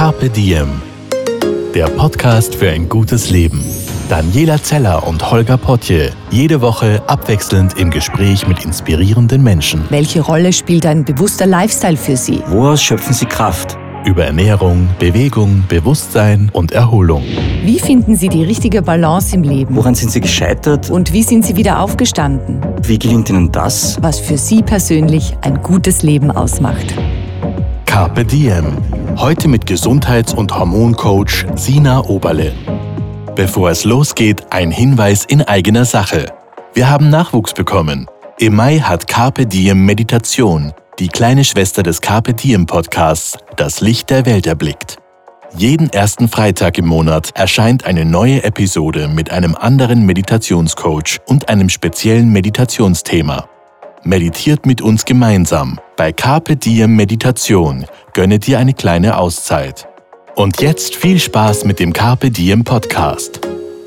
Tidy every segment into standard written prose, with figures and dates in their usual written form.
Carpe Diem, der Podcast für ein gutes Leben. Daniela Zeller und Holger Potje, jede Woche abwechselnd im Gespräch mit inspirierenden Menschen. Welche Rolle spielt ein bewusster Lifestyle für Sie? Woraus schöpfen Sie Kraft? Über Ernährung, Bewegung, Bewusstsein und Erholung. Wie finden Sie die richtige Balance im Leben? Woran sind Sie gescheitert? Und wie sind Sie wieder aufgestanden? Wie gelingt Ihnen das? Was für Sie persönlich ein gutes Leben ausmacht. Carpe Diem. Heute mit Gesundheits- und Hormoncoach Sina Oberle. Bevor es losgeht, ein Hinweis in eigener Sache. Wir haben Nachwuchs bekommen. Im Mai hat Carpe Diem Meditation, die kleine Schwester des Carpe Diem Podcasts, das Licht der Welt erblickt. Jeden ersten Freitag im Monat erscheint eine neue Episode mit einem anderen Meditationscoach und einem speziellen Meditationsthema. Meditiert mit uns gemeinsam. Bei Carpe Diem Meditation gönne dir eine kleine Auszeit. Und jetzt viel Spaß mit dem Carpe Diem Podcast.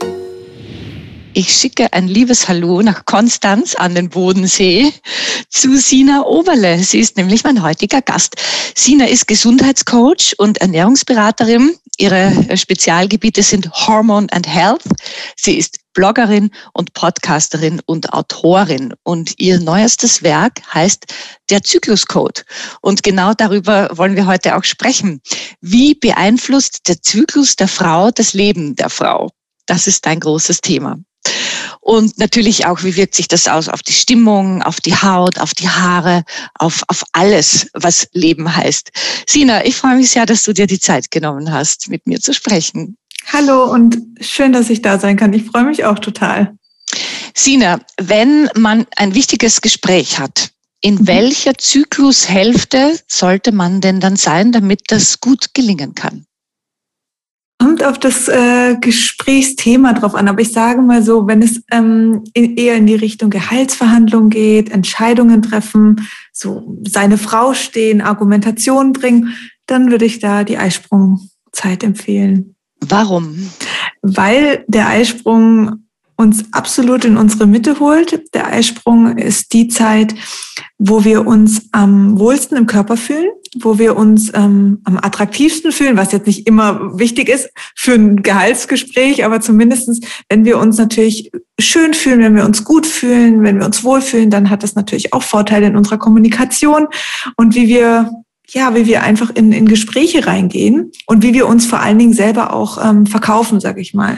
Ich schicke ein liebes Hallo nach Konstanz an den Bodensee zu Sina Oberle. Sie ist nämlich mein heutiger Gast. Sina ist Gesundheitscoach und Ernährungsberaterin. Ihre Spezialgebiete sind Hormone and Health. Sie ist Bloggerin und Podcasterin und Autorin. Und ihr neuestes Werk heißt Der Zykluscode. Und genau darüber wollen wir heute auch sprechen. Wie beeinflusst der Zyklus der Frau das Leben der Frau? Das ist ein großes Thema. Und natürlich auch, wie wirkt sich das aus auf die Stimmung, auf die Haut, auf die Haare, auf alles, was Leben heißt. Sina, ich freue mich sehr, dass du dir die Zeit genommen hast, mit mir zu sprechen. Hallo und schön, dass ich da sein kann. Ich freue mich auch total. Sina, wenn man ein wichtiges Gespräch hat, in welcher Zyklushälfte sollte man denn dann sein, damit das gut gelingen kann? Kommt auf das Gesprächsthema drauf an, aber ich sage mal so, wenn es eher in die Richtung Gehaltsverhandlung geht, Entscheidungen treffen, so seine Frau stehen, Argumentation bringen, dann würde ich da die Eisprungzeit empfehlen. Warum? Weil der Eisprung uns absolut in unsere Mitte holt. Der Eisprung ist die Zeit, wo wir uns am wohlsten im Körper fühlen, wo wir uns am attraktivsten fühlen, was jetzt nicht immer wichtig ist für ein Gehaltsgespräch, aber zumindestens, wenn wir uns natürlich schön fühlen, wenn wir uns gut fühlen, wenn wir uns wohlfühlen, dann hat das natürlich auch Vorteile in unserer Kommunikation und wie wir einfach in Gespräche reingehen und wie wir uns vor allen Dingen selber auch verkaufen, sage ich mal.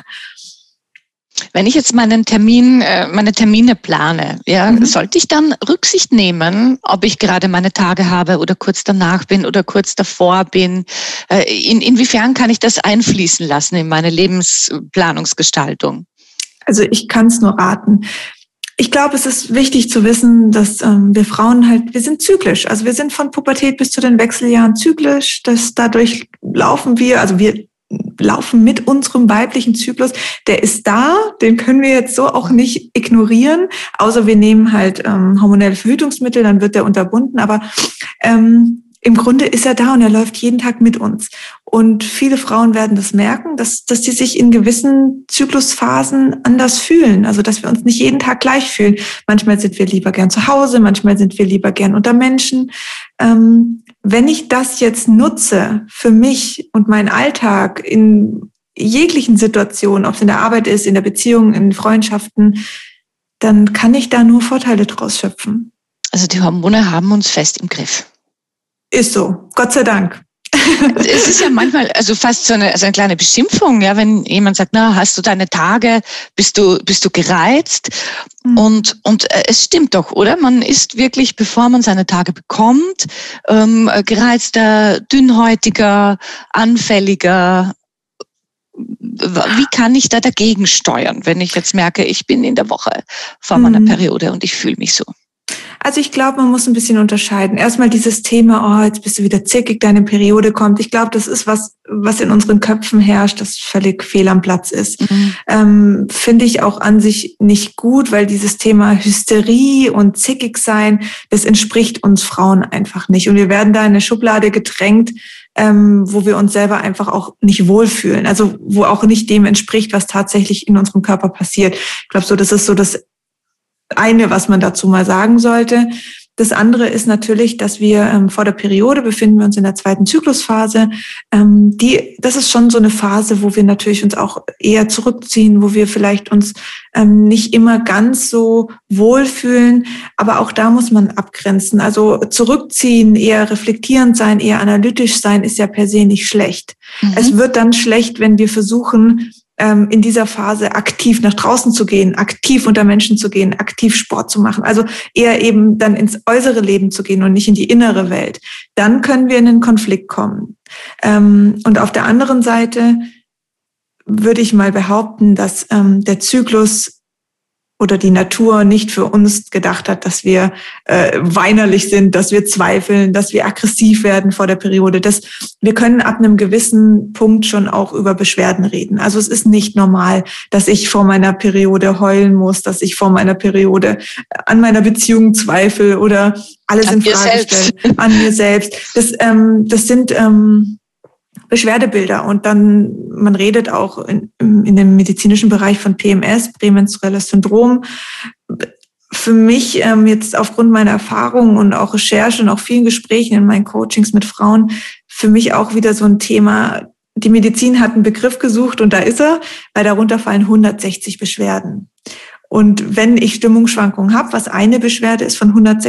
Wenn ich jetzt meine Termine plane, sollte ich dann Rücksicht nehmen, ob ich gerade meine Tage habe oder kurz danach bin oder kurz davor bin? Inwiefern kann ich das einfließen lassen in meine Lebensplanungsgestaltung? Also ich kann es nur raten. Ich glaube, es ist wichtig zu wissen, dass wir Frauen wir sind zyklisch. Also wir sind von Pubertät bis zu den Wechseljahren zyklisch. Dadurch laufen wir laufen mit unserem weiblichen Zyklus. Der ist da, den können wir jetzt so auch nicht ignorieren, außer wir nehmen halt hormonelle Verhütungsmittel, dann wird der unterbunden. Aber im Grunde ist er da und er läuft jeden Tag mit uns. Und viele Frauen werden das merken, dass die sich in gewissen Zyklusphasen anders fühlen. Also dass wir uns nicht jeden Tag gleich fühlen. Manchmal sind wir lieber gern zu Hause, manchmal sind wir lieber gern unter Menschen. Wenn ich das jetzt nutze für mich und meinen Alltag in jeglichen Situationen, ob es in der Arbeit ist, in der Beziehung, in Freundschaften, dann kann ich da nur Vorteile draus schöpfen. Also die Hormone haben uns fest im Griff. Ist so, Gott sei Dank. Es ist ja manchmal fast so eine kleine Beschimpfung, ja, wenn jemand sagt, na, hast du deine Tage, bist du gereizt? Und es stimmt doch, oder? Man ist wirklich, bevor man seine Tage bekommt, gereizter, dünnhäutiger, anfälliger. Wie kann ich da dagegen steuern, wenn ich jetzt merke, ich bin in der Woche vor meiner Periode und ich fühle mich so? Also ich glaube, man muss ein bisschen unterscheiden. Erstmal dieses Thema, jetzt bist du wieder zickig, deine Periode kommt. Ich glaube, das ist was in unseren Köpfen herrscht, das völlig fehl am Platz ist. Finde ich auch an sich nicht gut, weil dieses Thema Hysterie und zickig sein, das entspricht uns Frauen einfach nicht. Und wir werden da in eine Schublade gedrängt, wo wir uns selber einfach auch nicht wohlfühlen. Also wo auch nicht dem entspricht, was tatsächlich in unserem Körper passiert. Ich glaube, das ist so das eine, was man dazu mal sagen sollte. Das andere ist natürlich, dass wir vor der Periode befinden wir uns in der 2. Zyklusphase. Das ist schon so eine Phase, wo wir natürlich uns auch eher zurückziehen, wo wir vielleicht uns nicht immer ganz so wohlfühlen. Aber auch da muss man abgrenzen. Also zurückziehen, eher reflektierend sein, eher analytisch sein, ist ja per se nicht schlecht. Es wird dann schlecht, wenn wir versuchen, in dieser Phase aktiv nach draußen zu gehen, aktiv unter Menschen zu gehen, aktiv Sport zu machen. Also eher eben dann ins äußere Leben zu gehen und nicht in die innere Welt. Dann können wir in einen Konflikt kommen. Und auf der anderen Seite würde ich mal behaupten, dass der Zyklus oder die Natur nicht für uns gedacht hat, dass wir weinerlich sind, dass wir zweifeln, dass wir aggressiv werden vor der Periode. Wir können ab einem gewissen Punkt schon auch über Beschwerden reden. Also es ist nicht normal, dass ich vor meiner Periode heulen muss, dass ich vor meiner Periode an meiner Beziehung zweifle oder alles in Frage stelle, an mir selbst. Das sind Beschwerdebilder und dann, man redet auch in dem medizinischen Bereich von PMS, prämenstruelles Syndrom. Für mich jetzt aufgrund meiner Erfahrungen und auch Recherche und auch vielen Gesprächen in meinen Coachings mit Frauen, für mich auch wieder so ein Thema. Die Medizin hat einen Begriff gesucht und da ist er, weil darunter fallen 160 Beschwerden. Und wenn ich Stimmungsschwankungen habe, was eine Beschwerde ist von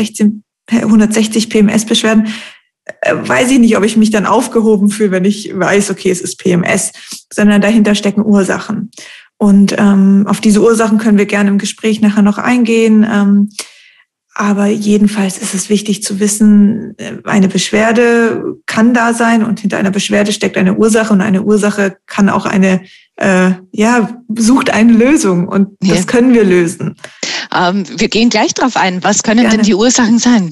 160 PMS-Beschwerden, weiß ich nicht, ob ich mich dann aufgehoben fühle, wenn ich weiß, okay, es ist PMS, sondern dahinter stecken Ursachen. Und auf diese Ursachen können wir gerne im Gespräch nachher noch eingehen. Aber jedenfalls ist es wichtig zu wissen, eine Beschwerde kann da sein und hinter einer Beschwerde steckt eine Ursache und eine Ursache kann auch sucht eine Lösung und das können wir lösen. Wir gehen gleich drauf ein. Was können denn die Ursachen sein?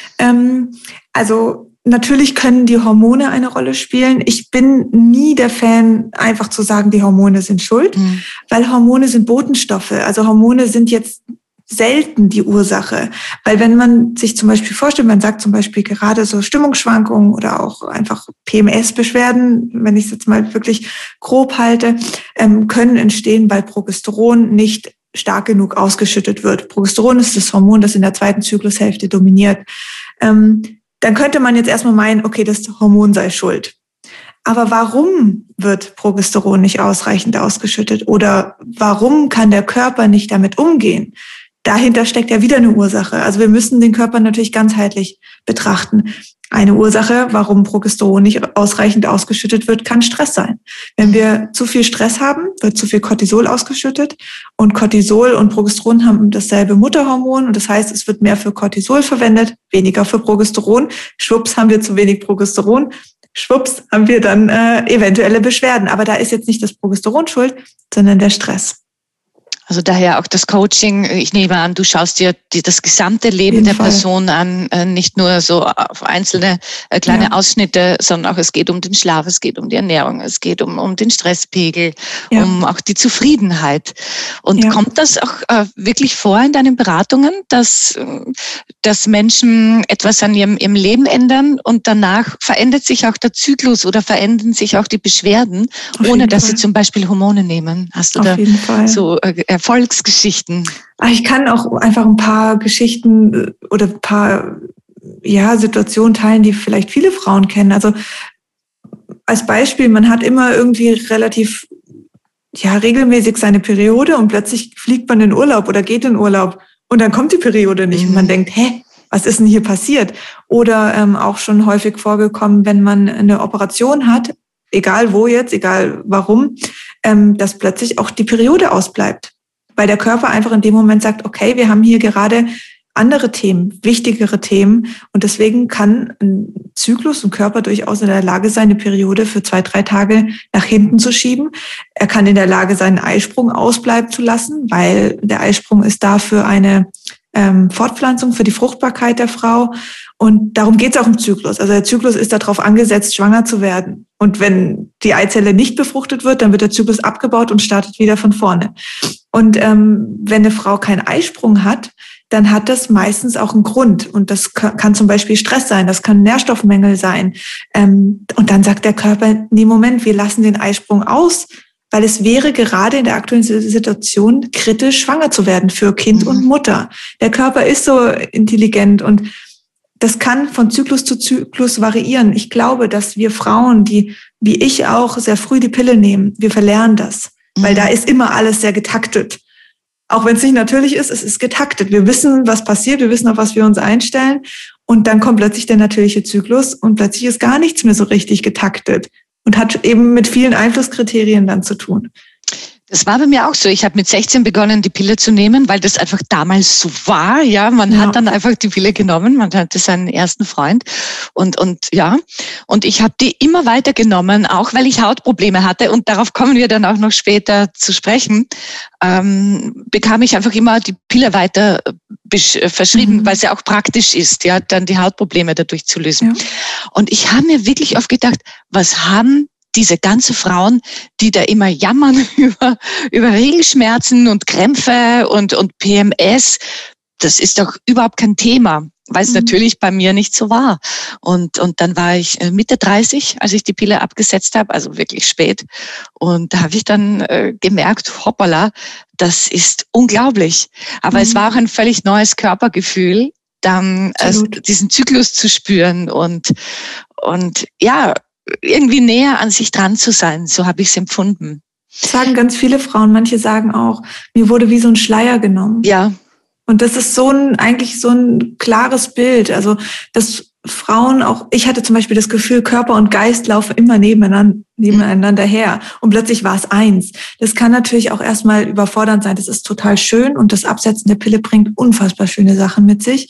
Natürlich können die Hormone eine Rolle spielen. Ich bin nie der Fan, einfach zu sagen, die Hormone sind schuld, weil Hormone sind Botenstoffe. Also Hormone sind jetzt selten die Ursache. Weil wenn man sich zum Beispiel vorstellt, man sagt zum Beispiel gerade so Stimmungsschwankungen oder auch einfach PMS-Beschwerden, wenn ich es jetzt mal wirklich grob halte, können entstehen, weil Progesteron nicht stark genug ausgeschüttet wird. Progesteron ist das Hormon, das in der 2. Zyklushälfte dominiert. Dann könnte man jetzt erstmal meinen, okay, das Hormon sei schuld. Aber warum wird Progesteron nicht ausreichend ausgeschüttet? Oder warum kann der Körper nicht damit umgehen? Dahinter steckt ja wieder eine Ursache. Also wir müssen den Körper natürlich ganzheitlich betrachten. Eine Ursache, warum Progesteron nicht ausreichend ausgeschüttet wird, kann Stress sein. Wenn wir zu viel Stress haben, wird zu viel Cortisol ausgeschüttet. Und Cortisol und Progesteron haben dasselbe Mutterhormon. Und das heißt, es wird mehr für Cortisol verwendet, weniger für Progesteron. Schwupps haben wir zu wenig Progesteron. Schwupps haben wir dann eventuelle Beschwerden. Aber da ist jetzt nicht das Progesteron schuld, sondern der Stress. Also daher auch das Coaching. Ich nehme an, du schaust dir das gesamte Leben der Person an, nicht nur so auf einzelne kleine Ausschnitte, sondern auch es geht um den Schlaf, es geht um die Ernährung, es geht um den Stresspegel, um auch die Zufriedenheit. Und kommt das auch wirklich vor in deinen Beratungen, dass Menschen etwas an ihrem Leben ändern und danach verändert sich auch der Zyklus oder verändern sich auch die Beschwerden, ohne dass sie zum Beispiel Hormone nehmen? Hast du da so Erfolgsgeschichten? Ich kann auch einfach ein paar Geschichten oder ein paar Situationen teilen, die vielleicht viele Frauen kennen. Also als Beispiel, man hat immer irgendwie relativ regelmäßig seine Periode und plötzlich fliegt man in Urlaub oder geht in Urlaub und dann kommt die Periode nicht und man denkt, was ist denn hier passiert? Oder auch schon häufig vorgekommen, wenn man eine Operation hat, egal wo jetzt, egal warum, dass plötzlich auch die Periode ausbleibt. Weil der Körper einfach in dem Moment sagt, okay, wir haben hier gerade andere Themen, wichtigere Themen. Und deswegen kann ein Zyklus, ein Körper durchaus in der Lage sein, eine Periode für 2-3 Tage nach hinten zu schieben. Er kann in der Lage sein, einen Eisprung ausbleiben zu lassen, weil der Eisprung ist da für eine Fortpflanzung, für die Fruchtbarkeit der Frau. Und darum geht es auch im Zyklus. Also der Zyklus ist darauf angesetzt, schwanger zu werden. Und wenn die Eizelle nicht befruchtet wird, dann wird der Zyklus abgebaut und startet wieder von vorne. Und wenn eine Frau keinen Eisprung hat, dann hat das meistens auch einen Grund. Und das kann zum Beispiel Stress sein, das kann Nährstoffmängel sein. Und dann sagt der Körper, nee, Moment, wir lassen den Eisprung aus, weil es wäre gerade in der aktuellen Situation kritisch, schwanger zu werden für Kind und Mutter. Der Körper ist so intelligent und das kann von Zyklus zu Zyklus variieren. Ich glaube, dass wir Frauen, die, wie ich auch, sehr früh die Pille nehmen, wir verlernen das. Weil da ist immer alles sehr getaktet. Auch wenn es nicht natürlich ist, es ist getaktet. Wir wissen, was passiert, wir wissen, auf was wir uns einstellen. Und dann kommt plötzlich der natürliche Zyklus und plötzlich ist gar nichts mehr so richtig getaktet. Und hat eben mit vielen Einflusskriterien dann zu tun. Das war bei mir auch so. Ich habe mit 16 begonnen, die Pille zu nehmen, weil das einfach damals so war. Ja, man hat dann einfach die Pille genommen. Man hatte seinen ersten Freund und ich habe die immer weiter genommen, auch weil ich Hautprobleme hatte. Und darauf kommen wir dann auch noch später zu sprechen. Bekam ich einfach immer die Pille weiter verschrieben, weil sie auch praktisch ist, ja, dann die Hautprobleme dadurch zu lösen. Ja. Und ich habe mir wirklich oft gedacht, was haben diese ganzen Frauen, die da immer jammern über Regelschmerzen und Krämpfe und PMS, das ist doch überhaupt kein Thema, weil es natürlich bei mir nicht so war. Und dann war ich Mitte 30, als ich die Pille abgesetzt habe, also wirklich spät. Und da habe ich dann gemerkt, hoppala, das ist unglaublich. Aber es war auch ein völlig neues Körpergefühl, dann diesen Zyklus zu spüren und ja, irgendwie näher an sich dran zu sein. So habe ich es empfunden. Das sagen ganz viele Frauen. Manche sagen auch, mir wurde wie so ein Schleier genommen. Ja. Und das ist eigentlich so ein klares Bild. Also, dass Frauen auch, ich hatte zum Beispiel das Gefühl, Körper und Geist laufen immer nebeneinander her. Und plötzlich war es eins. Das kann natürlich auch erstmal überfordernd sein. Das ist total schön und das Absetzen der Pille bringt unfassbar schöne Sachen mit sich.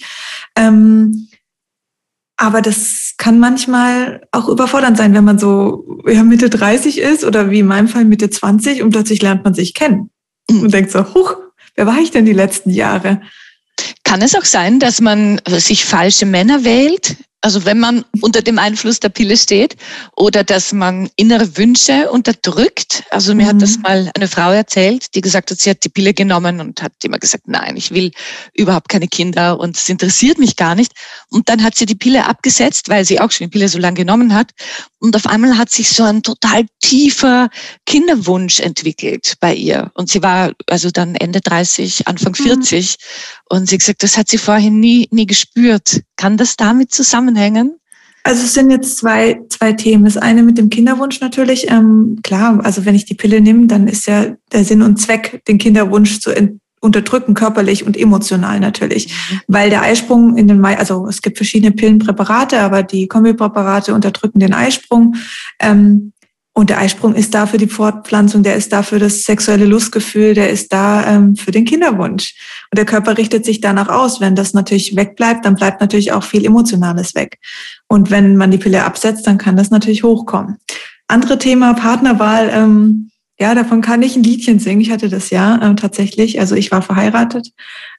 Aber das kann manchmal auch überfordernd sein, wenn man so Mitte 30 ist oder wie in meinem Fall Mitte 20 und plötzlich lernt man sich kennen und denkt so, huch, wer war ich denn die letzten Jahre? Kann es auch sein, dass man sich falsche Männer wählt? Also wenn man unter dem Einfluss der Pille steht oder dass man innere Wünsche unterdrückt. Also mir hat das mal eine Frau erzählt, die gesagt hat, sie hat die Pille genommen und hat immer gesagt, nein, ich will überhaupt keine Kinder und es interessiert mich gar nicht. Und dann hat sie die Pille abgesetzt, weil sie auch schon die Pille so lange genommen hat. Und auf einmal hat sich so ein total tiefer Kinderwunsch entwickelt bei ihr. Und sie war also dann Ende 30, Anfang 40. Und sie hat gesagt, das hat sie vorher nie gespürt. Kann das damit zusammenhängen? Also es sind jetzt zwei Themen. Das eine mit dem Kinderwunsch natürlich. Klar, also wenn ich die Pille nehme, dann ist ja der Sinn und Zweck, den Kinderwunsch zu unterdrücken, körperlich und emotional natürlich. Weil der Eisprung also es gibt verschiedene Pillenpräparate, aber die Kombipräparate unterdrücken den Eisprung. Und der Eisprung ist da für die Fortpflanzung, der ist da für das sexuelle Lustgefühl, der ist da für den Kinderwunsch. Und der Körper richtet sich danach aus. Wenn das natürlich wegbleibt, dann bleibt natürlich auch viel Emotionales weg. Und wenn man die Pille absetzt, dann kann das natürlich hochkommen. Andere Thema, Partnerwahl. Ja, davon kann ich ein Liedchen singen. Ich hatte das tatsächlich. Also ich war verheiratet,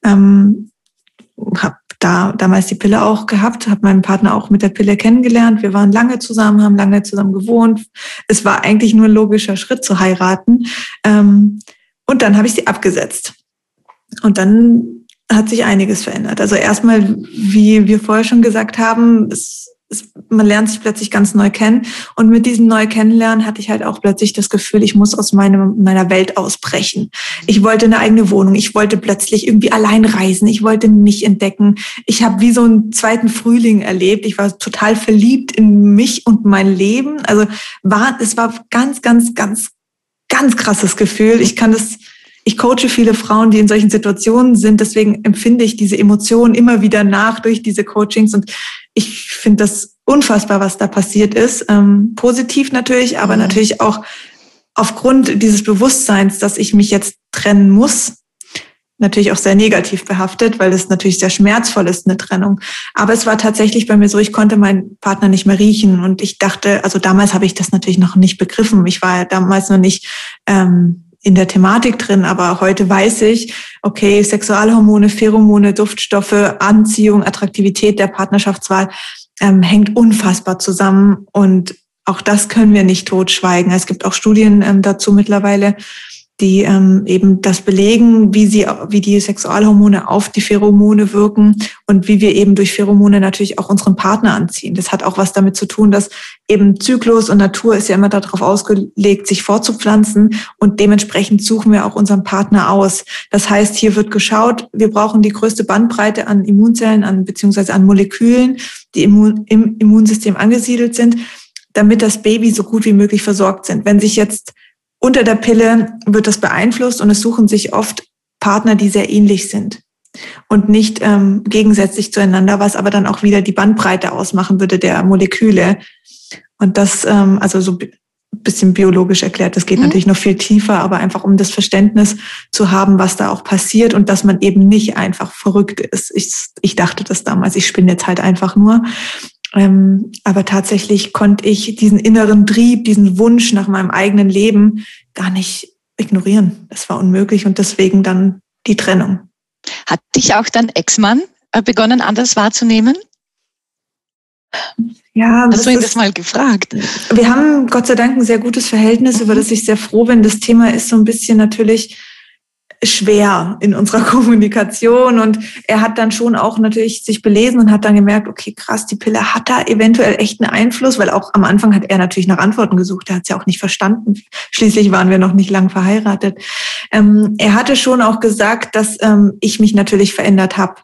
habe damals die Pille auch gehabt, habe meinen Partner auch mit der Pille kennengelernt. Wir waren lange zusammen, haben lange zusammen gewohnt. Es war eigentlich nur ein logischer Schritt zu heiraten. Und dann habe ich sie abgesetzt. Und dann hat sich einiges verändert. Also erstmal, wie wir vorher schon gesagt haben, man lernt sich plötzlich ganz neu kennen. Und mit diesem neu Kennenlernen hatte ich halt auch plötzlich das Gefühl, ich muss aus meiner Welt ausbrechen. Ich wollte eine eigene Wohnung. Ich wollte plötzlich irgendwie allein reisen. Ich wollte mich entdecken. Ich habe wie so einen zweiten Frühling erlebt. Ich war total verliebt in mich und mein Leben. Also es war ganz, ganz, ganz, ganz krasses Gefühl. Ich coache viele Frauen, die in solchen Situationen sind. Deswegen empfinde ich diese Emotionen immer wieder nach durch diese Coachings. Und ich finde das unfassbar, was da passiert ist. Positiv natürlich, aber natürlich auch aufgrund dieses Bewusstseins, dass ich mich jetzt trennen muss. Natürlich auch sehr negativ behaftet, weil es natürlich sehr schmerzvoll ist, eine Trennung. Aber es war tatsächlich bei mir so, ich konnte meinen Partner nicht mehr riechen. Und ich dachte, also damals habe ich das natürlich noch nicht begriffen. Ich war ja damals noch nicht in der Thematik drin, aber heute weiß ich, okay, Sexualhormone, Pheromone, Duftstoffe, Anziehung, Attraktivität der Partnerschaftswahl hängt unfassbar zusammen und auch das können wir nicht totschweigen. Es gibt auch Studien dazu mittlerweile die eben das belegen, wie die Sexualhormone auf die Pheromone wirken und wie wir eben durch Pheromone natürlich auch unseren Partner anziehen. Das hat auch was damit zu tun, dass eben Zyklus und Natur ist ja immer darauf ausgelegt, sich fortzupflanzen und dementsprechend suchen wir auch unseren Partner aus. Das heißt, hier wird geschaut, wir brauchen die größte Bandbreite an Immunzellen, beziehungsweise an Molekülen, die im Immunsystem angesiedelt sind, damit das Baby so gut wie möglich versorgt sind. Wenn sich jetzt unter der Pille wird das beeinflusst und es suchen sich oft Partner, die sehr ähnlich sind und nicht gegensätzlich zueinander, was aber dann auch wieder die Bandbreite ausmachen würde der Moleküle. Und das, also so ein bisschen biologisch erklärt, das geht natürlich noch viel tiefer, aber einfach um das Verständnis zu haben, was da auch passiert und dass man eben nicht einfach verrückt ist. Ich dachte das damals, ich spinne jetzt halt einfach nur. Aber tatsächlich konnte ich diesen inneren Trieb, diesen Wunsch nach meinem eigenen Leben gar nicht ignorieren. Das war unmöglich und deswegen dann die Trennung. Hat dich auch dein Ex-Mann begonnen, anders wahrzunehmen? Ja, hast du ihn das mal gefragt? Wir haben Gott sei Dank ein sehr gutes Verhältnis, über das ich sehr froh bin. Das Thema ist so ein bisschen natürlich schwer in unserer Kommunikation und er hat dann schon auch natürlich sich belesen und hat dann gemerkt, okay, krass, die Pille hat da eventuell echt einen Einfluss, weil auch am Anfang hat er natürlich nach Antworten gesucht, er hat es ja auch nicht verstanden. Schließlich waren wir noch nicht lang verheiratet. Er hatte schon auch gesagt, dass ich mich natürlich verändert habe.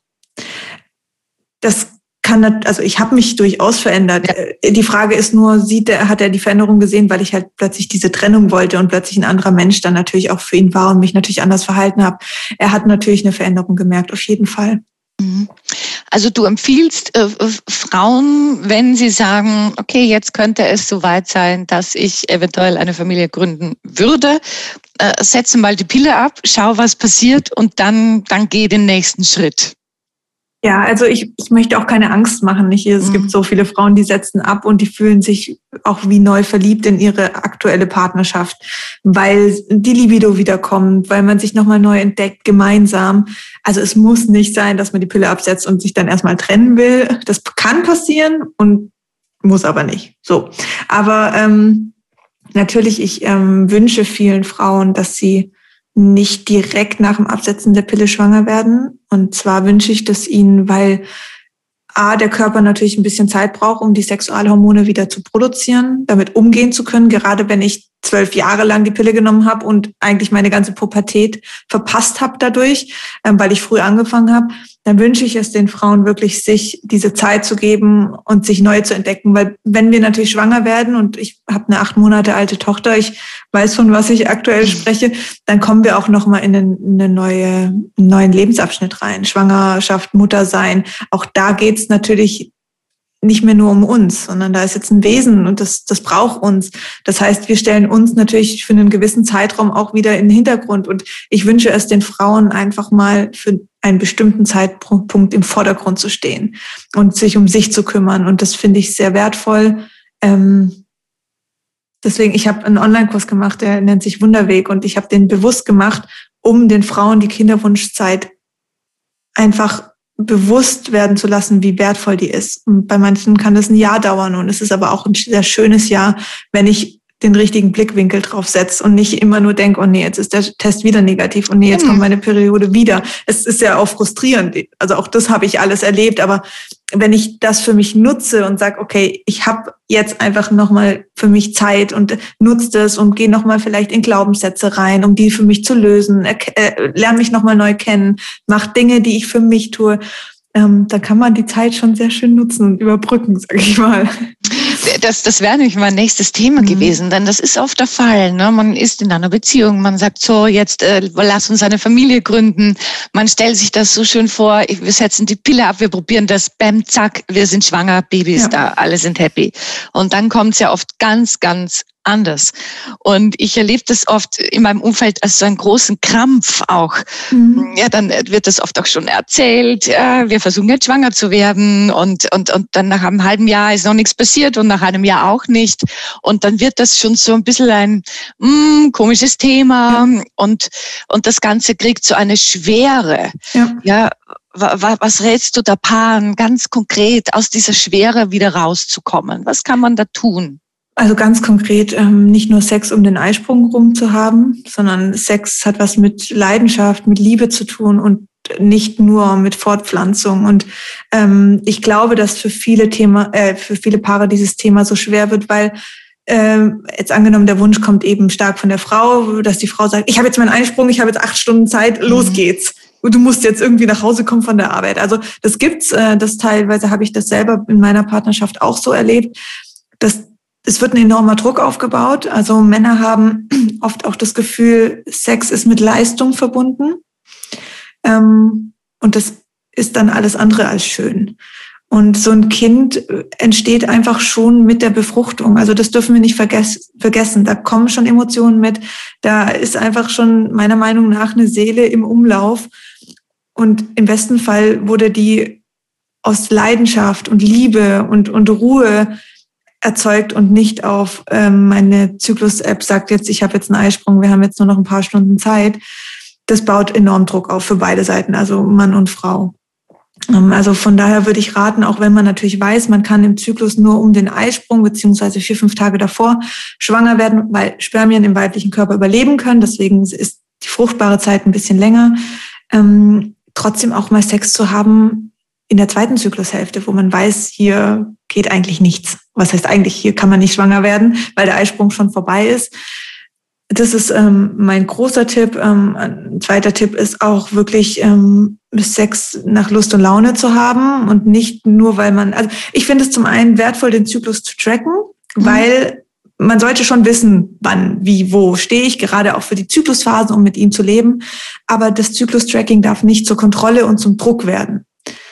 Also ich habe mich durchaus verändert. Ja. Die Frage ist nur, hat er die Veränderung gesehen, weil ich halt plötzlich diese Trennung wollte und plötzlich ein anderer Mensch dann natürlich auch für ihn war und mich natürlich anders verhalten habe. Er hat natürlich eine Veränderung gemerkt, auf jeden Fall. Also du empfiehlst Frauen, wenn sie sagen, okay, jetzt könnte es soweit sein, dass ich eventuell eine Familie gründen würde, setze mal die Pille ab, schau, was passiert und dann geh den nächsten Schritt. Ja, also ich möchte auch keine Angst machen. Es gibt so viele Frauen, die setzen ab und die fühlen sich auch wie neu verliebt in ihre aktuelle Partnerschaft, weil die Libido wiederkommt, weil man sich nochmal neu entdeckt, gemeinsam. Also es muss nicht sein, dass man die Pille absetzt und sich dann erstmal trennen will. Das kann passieren und muss aber nicht. So, aber natürlich, ich wünsche vielen Frauen, dass sie nicht direkt nach dem Absetzen der Pille schwanger werden. Und zwar wünsche ich das ihnen, weil der Körper natürlich ein bisschen Zeit braucht, um die Sexualhormone wieder zu produzieren, damit umgehen zu können. Gerade wenn ich 12 Jahre lang die Pille genommen habe und eigentlich meine ganze Pubertät verpasst habe dadurch, weil ich früh angefangen habe, dann wünsche ich es den Frauen wirklich, sich diese Zeit zu geben und sich neu zu entdecken. Weil wenn wir natürlich schwanger werden und ich habe eine 8 Monate alte Tochter, ich weiß, von was ich aktuell spreche, dann kommen wir auch nochmal in einen neuen Lebensabschnitt rein. Schwangerschaft, Muttersein. Auch da geht's natürlich nicht mehr nur um uns, sondern da ist jetzt ein Wesen und das braucht uns. Das heißt, wir stellen uns natürlich für einen gewissen Zeitraum auch wieder in den Hintergrund. Und ich wünsche es den Frauen einfach mal für einen bestimmten Zeitpunkt im Vordergrund zu stehen und sich um sich zu kümmern. Und das finde ich sehr wertvoll. Deswegen, ich habe einen Online-Kurs gemacht, der nennt sich Wunderweg und ich habe den bewusst gemacht, um den Frauen die Kinderwunschzeit einfach bewusst werden zu lassen, wie wertvoll die ist. Und bei manchen kann das ein Jahr dauern und es ist aber auch ein sehr schönes Jahr, wenn ich den richtigen Blickwinkel drauf setze und nicht immer nur denke, oh nee, jetzt ist der Test wieder negativ und nee, jetzt kommt meine Periode wieder. Es ist ja auch frustrierend. Also auch das habe ich alles erlebt, aber wenn ich das für mich nutze und sage, okay, ich habe jetzt einfach nochmal für mich Zeit und nutze das und gehe nochmal vielleicht in Glaubenssätze rein, um die für mich zu lösen, lerne mich nochmal neu kennen, mache Dinge, die ich für mich tue, da kann man die Zeit schon sehr schön nutzen und überbrücken, sage ich mal. Das wäre nämlich mein nächstes Thema gewesen, denn das ist oft der Fall. Ne? Man ist in einer Beziehung, man sagt so, jetzt lass uns eine Familie gründen. Man stellt sich das so schön vor, wir setzen die Pille ab, wir probieren das, bam, zack, wir sind schwanger, Baby ist da, alle sind happy. Und dann kommt es ja oft ganz, ganz anders. Und ich erlebe das oft in meinem Umfeld als so einen großen Krampf auch. Ja, dann wird das oft auch schon erzählt, wir versuchen jetzt schwanger zu werden und dann nach einem halben Jahr ist noch nichts passiert und nach einem Jahr auch nicht. Und dann wird das schon so ein bisschen ein komisches Thema und das Ganze kriegt so eine Schwere. Ja, was rätst du da Paaren ganz konkret, aus dieser Schwere wieder rauszukommen? Was kann man da tun? Also ganz konkret, nicht nur Sex, um den Eisprung rum zu haben, sondern Sex hat was mit Leidenschaft, mit Liebe zu tun und nicht nur mit Fortpflanzung. Und ich glaube, dass für viele Paare dieses Thema so schwer wird, weil jetzt angenommen, der Wunsch kommt eben stark von der Frau, dass die Frau sagt, ich habe jetzt meinen Eisprung, ich habe jetzt 8 Stunden Zeit, los geht's. Und du musst jetzt irgendwie nach Hause kommen von der Arbeit. Also das gibt's, das teilweise habe ich das selber in meiner Partnerschaft auch so erlebt, dass es wird ein enormer Druck aufgebaut. Also Männer haben oft auch das Gefühl, Sex ist mit Leistung verbunden. Und das ist dann alles andere als schön. Und so ein Kind entsteht einfach schon mit der Befruchtung. Also das dürfen wir nicht vergessen. Da kommen schon Emotionen mit. Da ist einfach schon meiner Meinung nach eine Seele im Umlauf. Und im besten Fall wurde die aus Leidenschaft und Liebe und Ruhe erzeugt und nicht auf meine Zyklus-App sagt jetzt, ich habe jetzt einen Eisprung, wir haben jetzt nur noch ein paar Stunden Zeit. Das baut enorm Druck auf für beide Seiten, also Mann und Frau. Also von daher würde ich raten, auch wenn man natürlich weiß, man kann im Zyklus nur um den Eisprung beziehungsweise 4-5 Tage davor schwanger werden, weil Spermien im weiblichen Körper überleben können. Deswegen ist die fruchtbare Zeit ein bisschen länger. Trotzdem auch mal Sex zu haben in der zweiten Zyklushälfte, wo man weiß, hier geht eigentlich nichts. Was heißt eigentlich, hier kann man nicht schwanger werden, weil der Eisprung schon vorbei ist. Das ist mein großer Tipp. Ein zweiter Tipp ist auch wirklich Sex nach Lust und Laune zu haben und nicht nur, weil man, also ich finde es zum einen wertvoll, den Zyklus zu tracken, weil man sollte schon wissen, wann, wie, wo stehe ich, gerade auch für die Zyklusphasen, um mit ihm zu leben. Aber das Zyklus-Tracking darf nicht zur Kontrolle und zum Druck werden.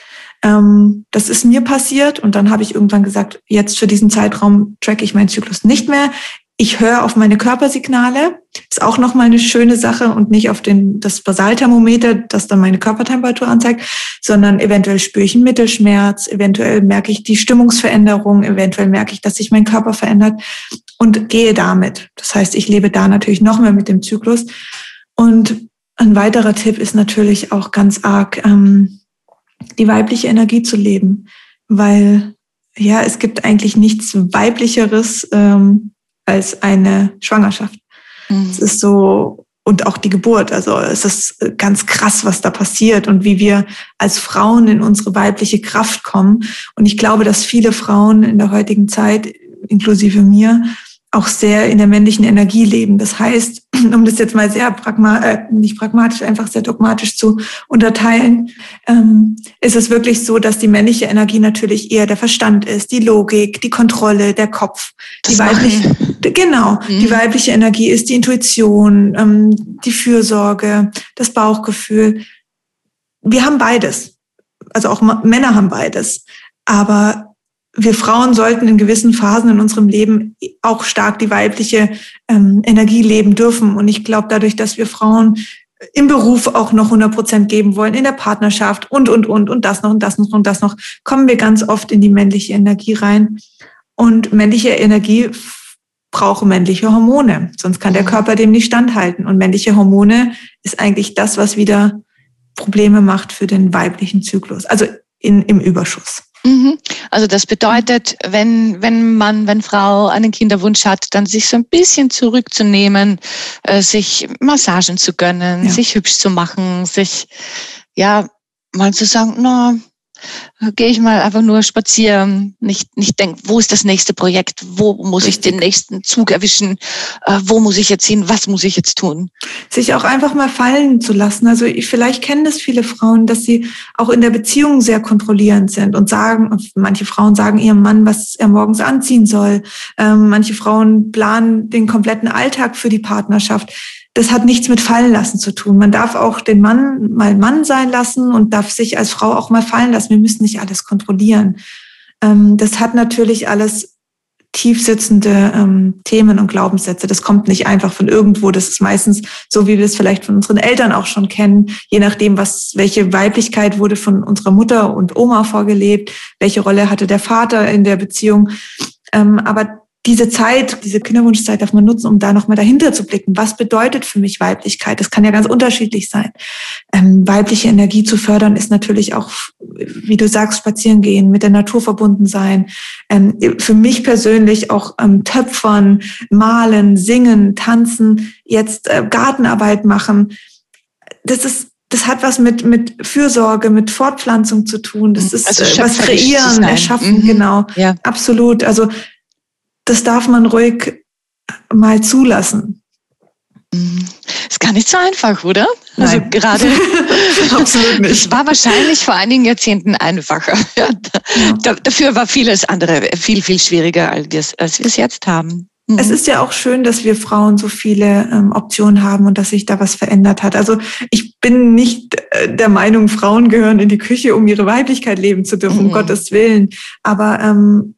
Das ist mir passiert und dann habe ich irgendwann gesagt, jetzt für diesen Zeitraum tracke ich meinen Zyklus nicht mehr. Ich höre auf meine Körpersignale, ist auch nochmal eine schöne Sache und nicht auf das Basalthermometer, das dann meine Körpertemperatur anzeigt, sondern eventuell spüre ich einen Mittelschmerz, eventuell merke ich die Stimmungsveränderung, eventuell merke ich, dass sich mein Körper verändert und gehe damit. Das heißt, ich lebe da natürlich noch mehr mit dem Zyklus. Und ein weiterer Tipp ist natürlich auch ganz arg, die weibliche Energie zu leben, weil ja, es gibt eigentlich nichts Weiblicheres als eine Schwangerschaft. Es ist so, und auch die Geburt, also es ist ganz krass, was da passiert und wie wir als Frauen in unsere weibliche Kraft kommen. Und ich glaube, dass viele Frauen in der heutigen Zeit, inklusive mir, auch sehr in der männlichen Energie leben. Das heißt, um das jetzt mal sehr nicht pragmatisch, einfach sehr dogmatisch zu unterteilen, ist es wirklich so, dass die männliche Energie natürlich eher der Verstand ist, die Logik, die Kontrolle, der Kopf. Die weibliche Energie ist die Intuition, die Fürsorge, das Bauchgefühl. Wir haben beides. Also auch Männer haben beides. Aber wir Frauen sollten in gewissen Phasen in unserem Leben auch stark die weibliche Energie leben dürfen. Und ich glaube, dadurch, dass wir Frauen im Beruf auch noch 100% geben wollen, in der Partnerschaft und das noch und das noch und das noch, kommen wir ganz oft in die männliche Energie rein. Und männliche Energie braucht männliche Hormone, sonst kann der Körper dem nicht standhalten. Und männliche Hormone ist eigentlich das, was wieder Probleme macht für den weiblichen Zyklus, also im Überschuss. Also das bedeutet, wenn Frau einen Kinderwunsch hat, dann sich so ein bisschen zurückzunehmen, sich Massagen zu gönnen, sich hübsch zu machen, sich mal zu sagen, gehe ich mal einfach nur spazieren, nicht denken, wo ist das nächste Projekt, wo muss ich den nächsten Zug erwischen, wo muss ich jetzt hin, was muss ich jetzt tun? Sich auch einfach mal fallen zu lassen. Also vielleicht kennen das viele Frauen, dass sie auch in der Beziehung sehr kontrollierend sind und manche Frauen sagen ihrem Mann, was er morgens anziehen soll. Manche Frauen planen den kompletten Alltag für die Partnerschaft. Das hat nichts mit fallen lassen zu tun. Man darf auch den Mann mal Mann sein lassen und darf sich als Frau auch mal fallen lassen. Wir müssen nicht alles kontrollieren. Das hat natürlich alles tiefsitzende Themen und Glaubenssätze. Das kommt nicht einfach von irgendwo. Das ist meistens so, wie wir es vielleicht von unseren Eltern auch schon kennen. Je nachdem, welche Weiblichkeit wurde von unserer Mutter und Oma vorgelebt, welche Rolle hatte der Vater in der Beziehung. Aber diese Zeit, diese Kinderwunschzeit darf man nutzen, um da nochmal dahinter zu blicken. Was bedeutet für mich Weiblichkeit? Das kann ja ganz unterschiedlich sein. Weibliche Energie zu fördern ist natürlich auch, wie du sagst, spazieren gehen, mit der Natur verbunden sein. Für mich persönlich auch Töpfern, malen, singen, tanzen, jetzt Gartenarbeit machen. Das hat was mit Fürsorge, mit Fortpflanzung zu tun. Das ist also was kreieren, erschaffen, genau. Ja. Absolut. Also das darf man ruhig mal zulassen. Ist gar nicht so einfach, oder? Nein. Also gerade absolut nicht. Es war wahrscheinlich vor einigen Jahrzehnten einfacher. Ja. Dafür war vieles andere viel, viel schwieriger, als wir es jetzt haben. Es ist ja auch schön, dass wir Frauen so viele Optionen haben und dass sich da was verändert hat. Also ich bin nicht der Meinung, Frauen gehören in die Küche, um ihre Weiblichkeit leben zu dürfen, um Gottes Willen. Aber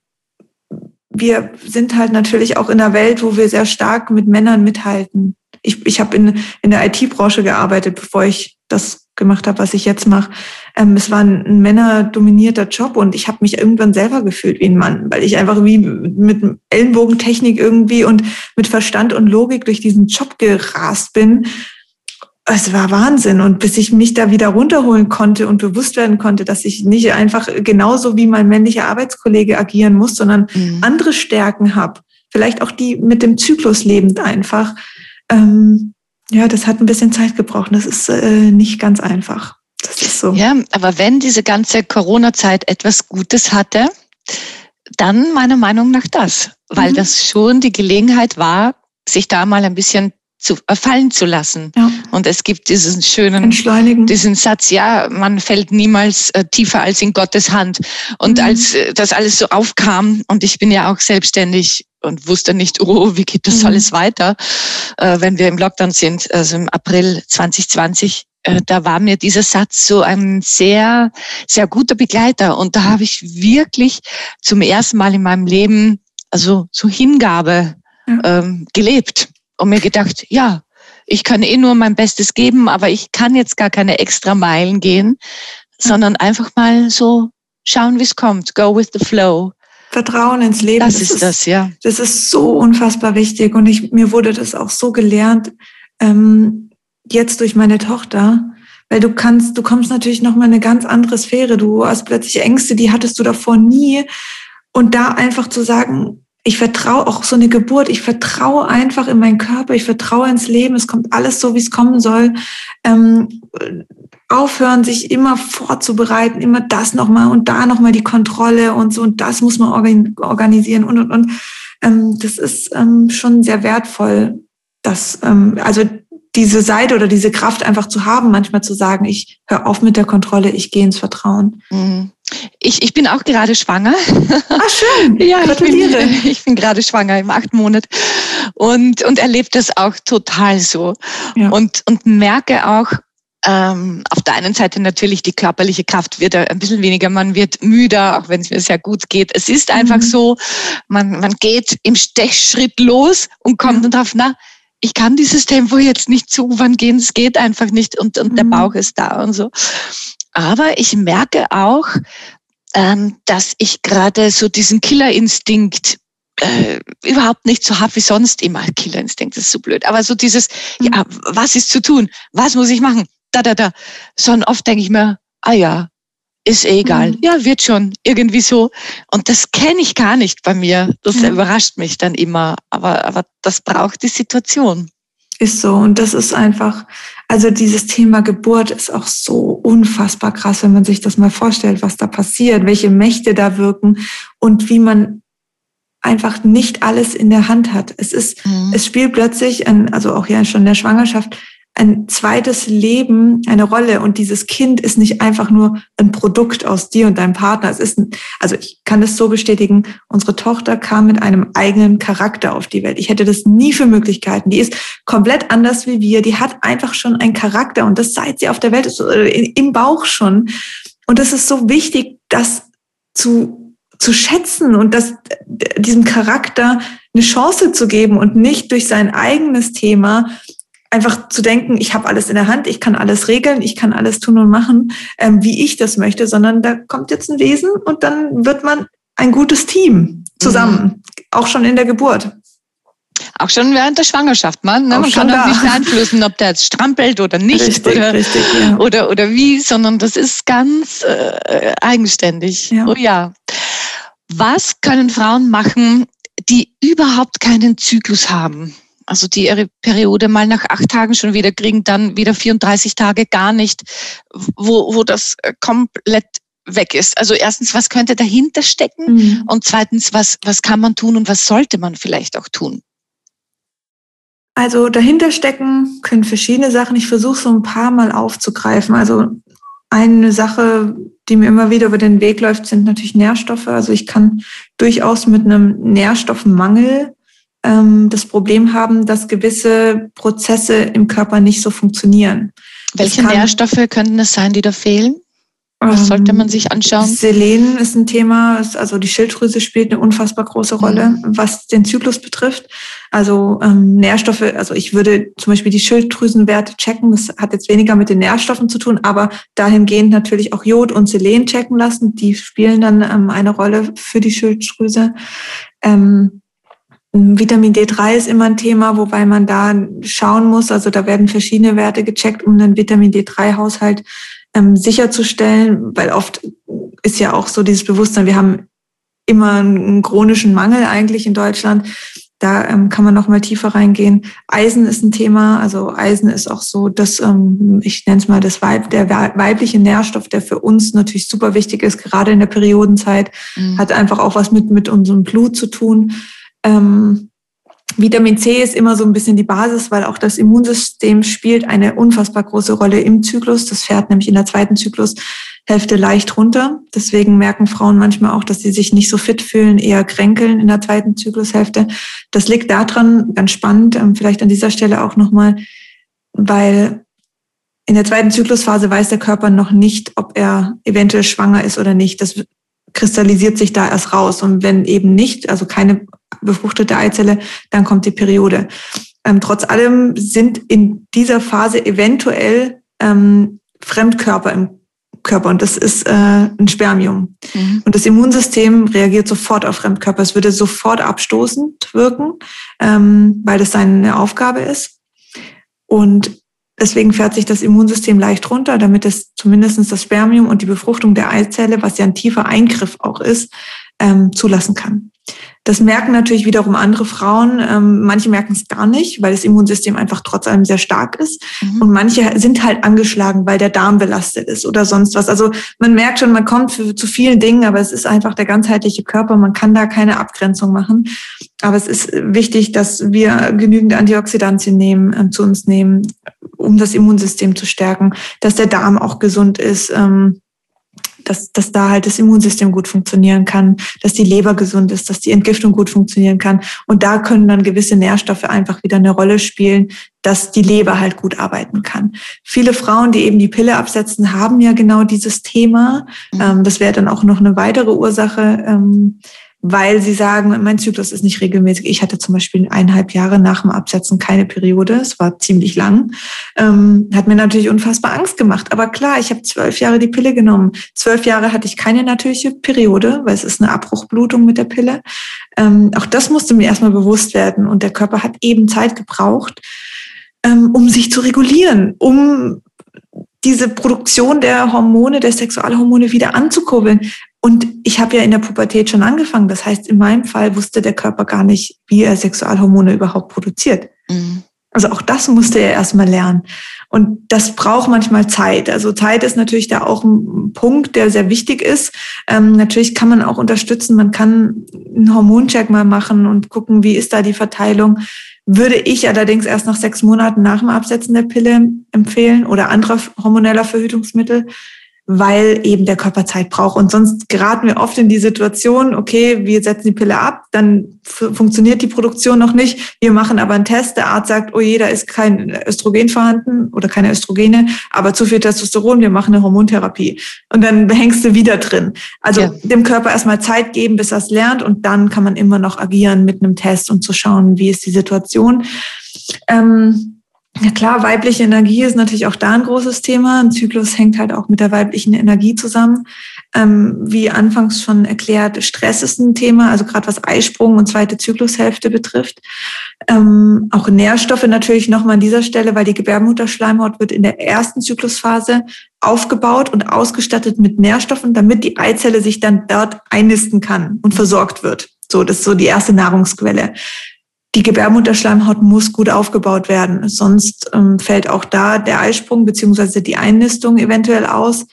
wir sind halt natürlich auch in einer Welt, wo wir sehr stark mit Männern mithalten. Ich habe in der IT-Branche gearbeitet, bevor ich das gemacht habe, was ich jetzt mache. Es war ein männerdominierter Job und ich habe mich irgendwann selber gefühlt wie ein Mann, weil ich einfach wie mit Ellenbogentechnik irgendwie und mit Verstand und Logik durch diesen Job gerast bin. Es war Wahnsinn. Und bis ich mich da wieder runterholen konnte und bewusst werden konnte, dass ich nicht einfach genauso wie mein männlicher Arbeitskollege agieren muss, sondern andere Stärken habe. Vielleicht auch die mit dem Zyklus lebend einfach. Ja, das hat ein bisschen Zeit gebraucht. Das ist nicht ganz einfach. Das ist so. Ja, aber wenn diese ganze Corona-Zeit etwas Gutes hatte, dann meiner Meinung nach das. Weil das schon die Gelegenheit war, sich da mal ein bisschen fallen zu lassen. Ja. Und es gibt diesen diesen Satz, ja, man fällt niemals tiefer als in Gottes Hand. Und als das alles so aufkam, und ich bin ja auch selbstständig und wusste nicht, wie geht das alles weiter, wenn wir im Lockdown sind, also im April 2020, da war mir dieser Satz so ein sehr, sehr guter Begleiter. Und da habe ich wirklich zum ersten Mal in meinem Leben, also so Hingabe gelebt. Und mir gedacht, ja, ich kann nur mein Bestes geben, aber ich kann jetzt gar keine extra Meilen gehen, sondern einfach mal so schauen, wie es kommt. Go with the flow. Vertrauen ins Leben. Das ist das, ja. Das ist so unfassbar wichtig. Und mir wurde das auch so gelernt, jetzt durch meine Tochter, weil du kommst natürlich nochmal in eine ganz andere Sphäre. Du hast plötzlich Ängste, die hattest du davor nie. Und da einfach zu sagen, ich vertraue auch so eine Geburt, ich vertraue einfach in meinen Körper, ich vertraue ins Leben, es kommt alles so, wie es kommen soll. Aufhören, sich immer vorzubereiten, immer das nochmal und da nochmal die Kontrolle und so und das muss man organisieren und. Das ist schon sehr wertvoll, also diese Seite oder diese Kraft einfach zu haben, manchmal zu sagen, ich höre auf mit der Kontrolle, ich gehe ins Vertrauen. Ich bin auch gerade schwanger. Ah, schön. Ja, ich bin gerade schwanger im 8. Monat und erlebe das auch total so. Ja. Und merke auch, auf der einen Seite natürlich, die körperliche Kraft wird ein bisschen weniger, man wird müder, auch wenn es mir sehr gut geht. Es ist einfach so, man geht im Stechschritt los und kommt und drauf, ich kann dieses Tempo jetzt nicht zuwandern gehen, es geht einfach nicht und der Bauch ist da und so. Aber ich merke auch, dass ich gerade so diesen Killerinstinkt überhaupt nicht so habe wie sonst immer. Killerinstinkt, das ist so blöd. Aber so dieses, ja, was ist zu tun? Was muss ich machen? Sondern oft denke ich mir, ist egal. Ja, wird schon. Irgendwie so. Und das kenne ich gar nicht bei mir. Das überrascht mich dann immer. Aber das braucht die Situation. Ist so. Und das ist einfach, also dieses Thema Geburt ist auch so unfassbar krass, wenn man sich das mal vorstellt, was da passiert, welche Mächte da wirken und wie man einfach nicht alles in der Hand hat. Es spielt plötzlich, also auch ja schon in der Schwangerschaft, ein zweites Leben eine Rolle und dieses Kind ist nicht einfach nur ein Produkt aus dir und deinem Partner. Es ist, also ich kann es so bestätigen, unsere Tochter kam mit einem eigenen Charakter auf die Welt. Ich hätte das nie für Möglichkeiten. Die ist komplett anders wie wir. Die hat einfach schon einen Charakter und das seit sie auf der Welt ist, im Bauch schon. Und das ist so wichtig, das zu schätzen und diesem Charakter eine Chance zu geben und nicht durch sein eigenes Thema einfach zu denken, ich habe alles in der Hand, ich kann alles regeln, ich kann alles tun und machen, wie ich das möchte, sondern da kommt jetzt ein Wesen und dann wird man ein gutes Team zusammen, auch schon in der Geburt. Auch schon während der Schwangerschaft, man kann auch nicht beeinflussen, ob der jetzt strampelt oder nicht richtig, oder wie, sondern das ist ganz eigenständig. Ja. Oh ja. Was können Frauen machen, die überhaupt keinen Zyklus haben? Also die ihre Periode mal nach 8 Tagen schon wieder kriegen, dann wieder 34 Tage gar nicht, wo das komplett weg ist. Also erstens, was könnte dahinter stecken? Und zweitens, was kann man tun und was sollte man vielleicht auch tun? Also dahinter stecken können verschiedene Sachen. Ich versuche so ein paar Mal aufzugreifen. Also eine Sache, die mir immer wieder über den Weg läuft, sind natürlich Nährstoffe. Also ich kann durchaus mit einem Nährstoffmangel das Problem haben, dass gewisse Prozesse im Körper nicht so funktionieren. Welche Nährstoffe könnten es sein, die da fehlen? Was sollte man sich anschauen? Selen ist ein Thema, also die Schilddrüse spielt eine unfassbar große Rolle, was den Zyklus betrifft. Also Nährstoffe, also ich würde zum Beispiel die Schilddrüsenwerte checken, das hat jetzt weniger mit den Nährstoffen zu tun, aber dahingehend natürlich auch Jod und Selen checken lassen, die spielen dann eine Rolle für die Schilddrüse. Vitamin D3 ist immer ein Thema, wobei man da schauen muss, also da werden verschiedene Werte gecheckt, um einen Vitamin D3-Haushalt sicherzustellen, weil oft ist ja auch so dieses Bewusstsein, wir haben immer einen chronischen Mangel eigentlich in Deutschland. Da kann man noch mal tiefer reingehen. Eisen ist ein Thema. Also Eisen ist auch so, dass ich nenne es mal der weibliche Nährstoff, der für uns natürlich super wichtig ist, gerade in der Periodenzeit, hat einfach auch was mit unserem Blut zu tun. Vitamin C ist immer so ein bisschen die Basis, weil auch das Immunsystem spielt eine unfassbar große Rolle im Zyklus. Das fährt nämlich in der 2. Zyklushälfte leicht runter. Deswegen merken Frauen manchmal auch, dass sie sich nicht so fit fühlen, eher kränkeln in der 2. Zyklushälfte. Das liegt daran, ganz spannend, vielleicht an dieser Stelle auch nochmal, weil in der 2. Zyklusphase weiß der Körper noch nicht, ob er eventuell schwanger ist oder nicht. Das kristallisiert sich da erst raus. Und wenn eben nicht, also keine befruchtete Eizelle, dann kommt die Periode. Trotz allem sind in dieser Phase eventuell Fremdkörper im Körper und das ist ein Spermium. Und das Immunsystem reagiert sofort auf Fremdkörper. Es würde sofort abstoßend wirken, weil das seine Aufgabe ist. Und deswegen fährt sich das Immunsystem leicht runter, damit es zumindest das Spermium und die Befruchtung der Eizelle, was ja ein tiefer Eingriff auch ist, zulassen kann. Das merken natürlich wiederum andere Frauen. Manche merken es gar nicht, weil das Immunsystem einfach trotz allem sehr stark ist. Und manche sind halt angeschlagen, weil der Darm belastet ist oder sonst was. Also man merkt schon, man kommt zu vielen Dingen, aber es ist einfach der ganzheitliche Körper. Man kann da keine Abgrenzung machen. Aber es ist wichtig, dass wir genügend Antioxidantien zu uns nehmen, um das Immunsystem zu stärken, dass der Darm auch gesund ist, dass da halt das Immunsystem gut funktionieren kann, dass die Leber gesund ist, dass die Entgiftung gut funktionieren kann. Und da können dann gewisse Nährstoffe einfach wieder eine Rolle spielen, dass die Leber halt gut arbeiten kann. Viele Frauen, die eben die Pille absetzen, haben ja genau dieses Thema. Das wäre dann auch noch eine weitere Ursache, weil sie sagen, mein Zyklus ist nicht regelmäßig. Ich hatte zum Beispiel 1,5 Jahre nach dem Absetzen keine Periode. Es war ziemlich lang. Hat mir natürlich unfassbar Angst gemacht. Aber klar, ich habe 12 Jahre die Pille genommen. 12 Jahre hatte ich keine natürliche Periode, weil es ist eine Abbruchblutung mit der Pille. Auch das musste mir erstmal bewusst werden. Und der Körper hat eben Zeit gebraucht, um sich zu regulieren, um diese Produktion der Hormone, der Sexualhormone wieder anzukurbeln. Und ich habe ja in der Pubertät schon angefangen. Das heißt, in meinem Fall wusste der Körper gar nicht, wie er Sexualhormone überhaupt produziert. Also auch das musste er erstmal lernen. Und das braucht manchmal Zeit. Also Zeit ist natürlich da auch ein Punkt, der sehr wichtig ist. Natürlich kann man auch unterstützen. Man kann einen Hormoncheck mal machen und gucken, wie ist da die Verteilung. Würde ich allerdings erst nach 6 Monaten nach dem Absetzen der Pille empfehlen oder anderer hormoneller Verhütungsmittel, weil eben der Körper Zeit braucht. Und sonst geraten wir oft in die Situation, okay, wir setzen die Pille ab, dann funktioniert die Produktion noch nicht. Wir machen aber einen Test, der Arzt sagt, oh je, da ist kein Östrogen vorhanden oder keine Östrogene, aber zu viel Testosteron, wir machen eine Hormontherapie. Und dann hängst du wieder drin. Also dem Körper erstmal Zeit geben, bis er es lernt und dann kann man immer noch agieren mit einem Test und zu schauen, wie ist die Situation. Ja klar, weibliche Energie ist natürlich auch da ein großes Thema. Ein Zyklus hängt halt auch mit der weiblichen Energie zusammen. Wie anfangs schon erklärt, Stress ist ein Thema, also gerade was Eisprung und zweite Zyklushälfte betrifft. Auch Nährstoffe natürlich nochmal an dieser Stelle, weil die Gebärmutterschleimhaut wird in der ersten Zyklusphase aufgebaut und ausgestattet mit Nährstoffen, damit die Eizelle sich dann dort einnisten kann und versorgt wird. So, das ist so die erste Nahrungsquelle. Die Gebärmutterschleimhaut muss gut aufgebaut werden, sonst fällt auch da der Eisprung beziehungsweise die Einnistung eventuell aus.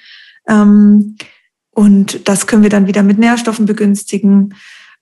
Und das können wir dann wieder mit Nährstoffen begünstigen.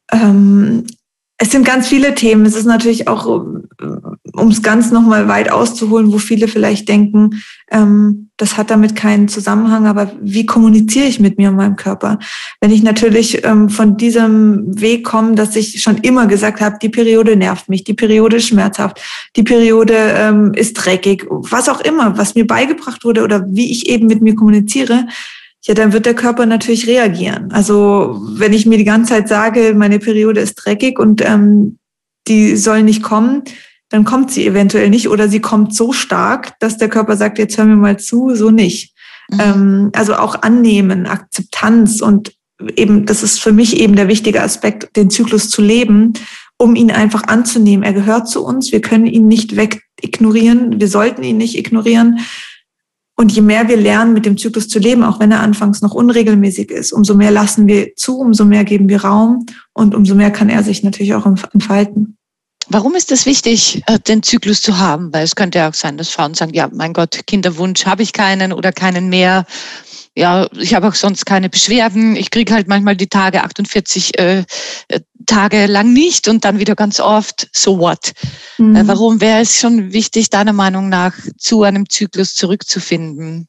Es sind ganz viele Themen. Es ist natürlich auch, um es ganz nochmal weit auszuholen, wo viele vielleicht denken, das hat damit keinen Zusammenhang, aber wie kommuniziere ich mit mir und meinem Körper? Wenn ich natürlich von diesem Weg komme, dass ich schon immer gesagt habe, die Periode nervt mich, die Periode ist schmerzhaft, die Periode ist dreckig, was auch immer, was mir beigebracht wurde oder wie ich eben mit mir kommuniziere, ja, dann wird der Körper natürlich reagieren. Also wenn ich mir die ganze Zeit sage, meine Periode ist dreckig und die soll nicht kommen, dann kommt sie eventuell nicht oder sie kommt so stark, dass der Körper sagt, jetzt hör mir mal zu, so nicht. Also auch annehmen, Akzeptanz und eben, das ist für mich eben der wichtige Aspekt, den Zyklus zu leben, um ihn einfach anzunehmen. Er gehört zu uns, wir können ihn nicht wegignorieren, wir sollten ihn nicht ignorieren. Und je mehr wir lernen, mit dem Zyklus zu leben, auch wenn er anfangs noch unregelmäßig ist, umso mehr lassen wir zu, umso mehr geben wir Raum und umso mehr kann er sich natürlich auch entfalten. Warum ist es wichtig, den Zyklus zu haben? Weil es könnte ja auch sein, dass Frauen sagen, ja, mein Gott, Kinderwunsch habe ich keinen oder keinen mehr. Ja, ich habe auch sonst keine Beschwerden. Ich kriege halt manchmal die Tage 48 Tage lang nicht und dann wieder ganz oft. So what? Warum wäre es schon wichtig, deiner Meinung nach, zu einem Zyklus zurückzufinden?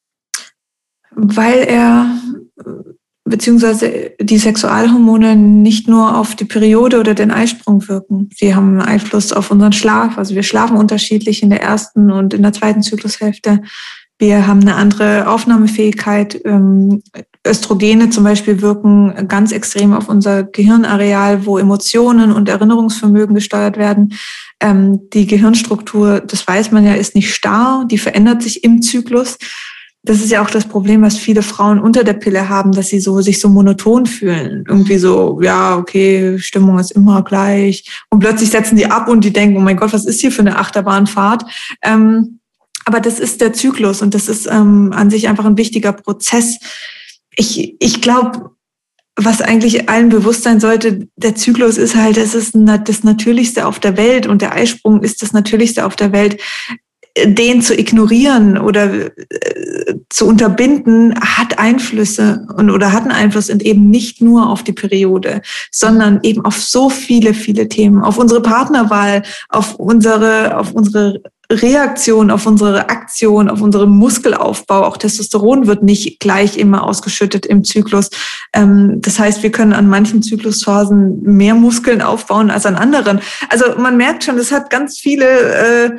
Weil er beziehungsweise die Sexualhormone nicht nur auf die Periode oder den Eisprung wirken. Sie haben Einfluss auf unseren Schlaf. Also wir schlafen unterschiedlich in der ersten und in der zweiten Zyklushälfte. Wir haben eine andere Aufnahmefähigkeit. Östrogene zum Beispiel wirken ganz extrem auf unser Gehirnareal, wo Emotionen und Erinnerungsvermögen gesteuert werden. Die Gehirnstruktur, das weiß man ja, ist nicht starr, die verändert sich im Zyklus. Das ist ja auch das Problem, was viele Frauen unter der Pille haben, dass sie sich so monoton fühlen. Irgendwie so, ja, okay, Stimmung ist immer gleich. Und plötzlich setzen die ab und die denken, oh mein Gott, was ist hier für eine Achterbahnfahrt? Aber das ist der Zyklus und das ist an sich einfach ein wichtiger Prozess. Ich glaube, was eigentlich allen bewusst sein sollte, der Zyklus ist halt, es ist das Natürlichste auf der Welt und der Eisprung ist das Natürlichste auf der Welt. Den zu ignorieren oder zu unterbinden, hat Einflüsse oder hat einen Einfluss und eben nicht nur auf die Periode, sondern eben auf so viele, viele Themen, auf unsere Partnerwahl, auf unsere Reaktion, auf unsere Aktion, auf unseren Muskelaufbau. Auch Testosteron wird nicht gleich immer ausgeschüttet im Zyklus. Das heißt, wir können an manchen Zyklusphasen mehr Muskeln aufbauen als an anderen. Also man merkt schon, es hat ganz viele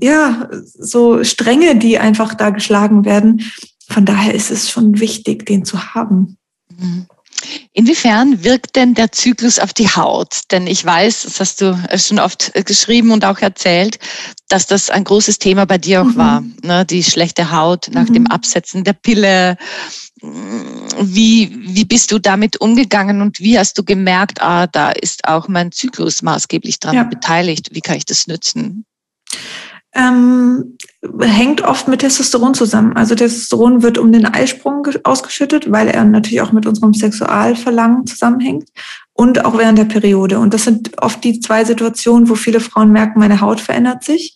so Stränge, die einfach da geschlagen werden. Von daher ist es schon wichtig, den zu haben. Inwiefern wirkt denn der Zyklus auf die Haut? Denn ich weiß, das hast du schon oft geschrieben und auch erzählt, dass das ein großes Thema bei dir auch war, ne? Die schlechte Haut nach dem Absetzen der Pille. Wie bist du damit umgegangen und wie hast du gemerkt, da ist auch mein Zyklus maßgeblich dran beteiligt? Wie kann ich das nützen? Hängt oft mit Testosteron zusammen. Also Testosteron wird um den Eisprung ausgeschüttet, weil er natürlich auch mit unserem Sexualverlangen zusammenhängt und auch während der Periode. Und das sind oft die zwei Situationen, wo viele Frauen merken, meine Haut verändert sich.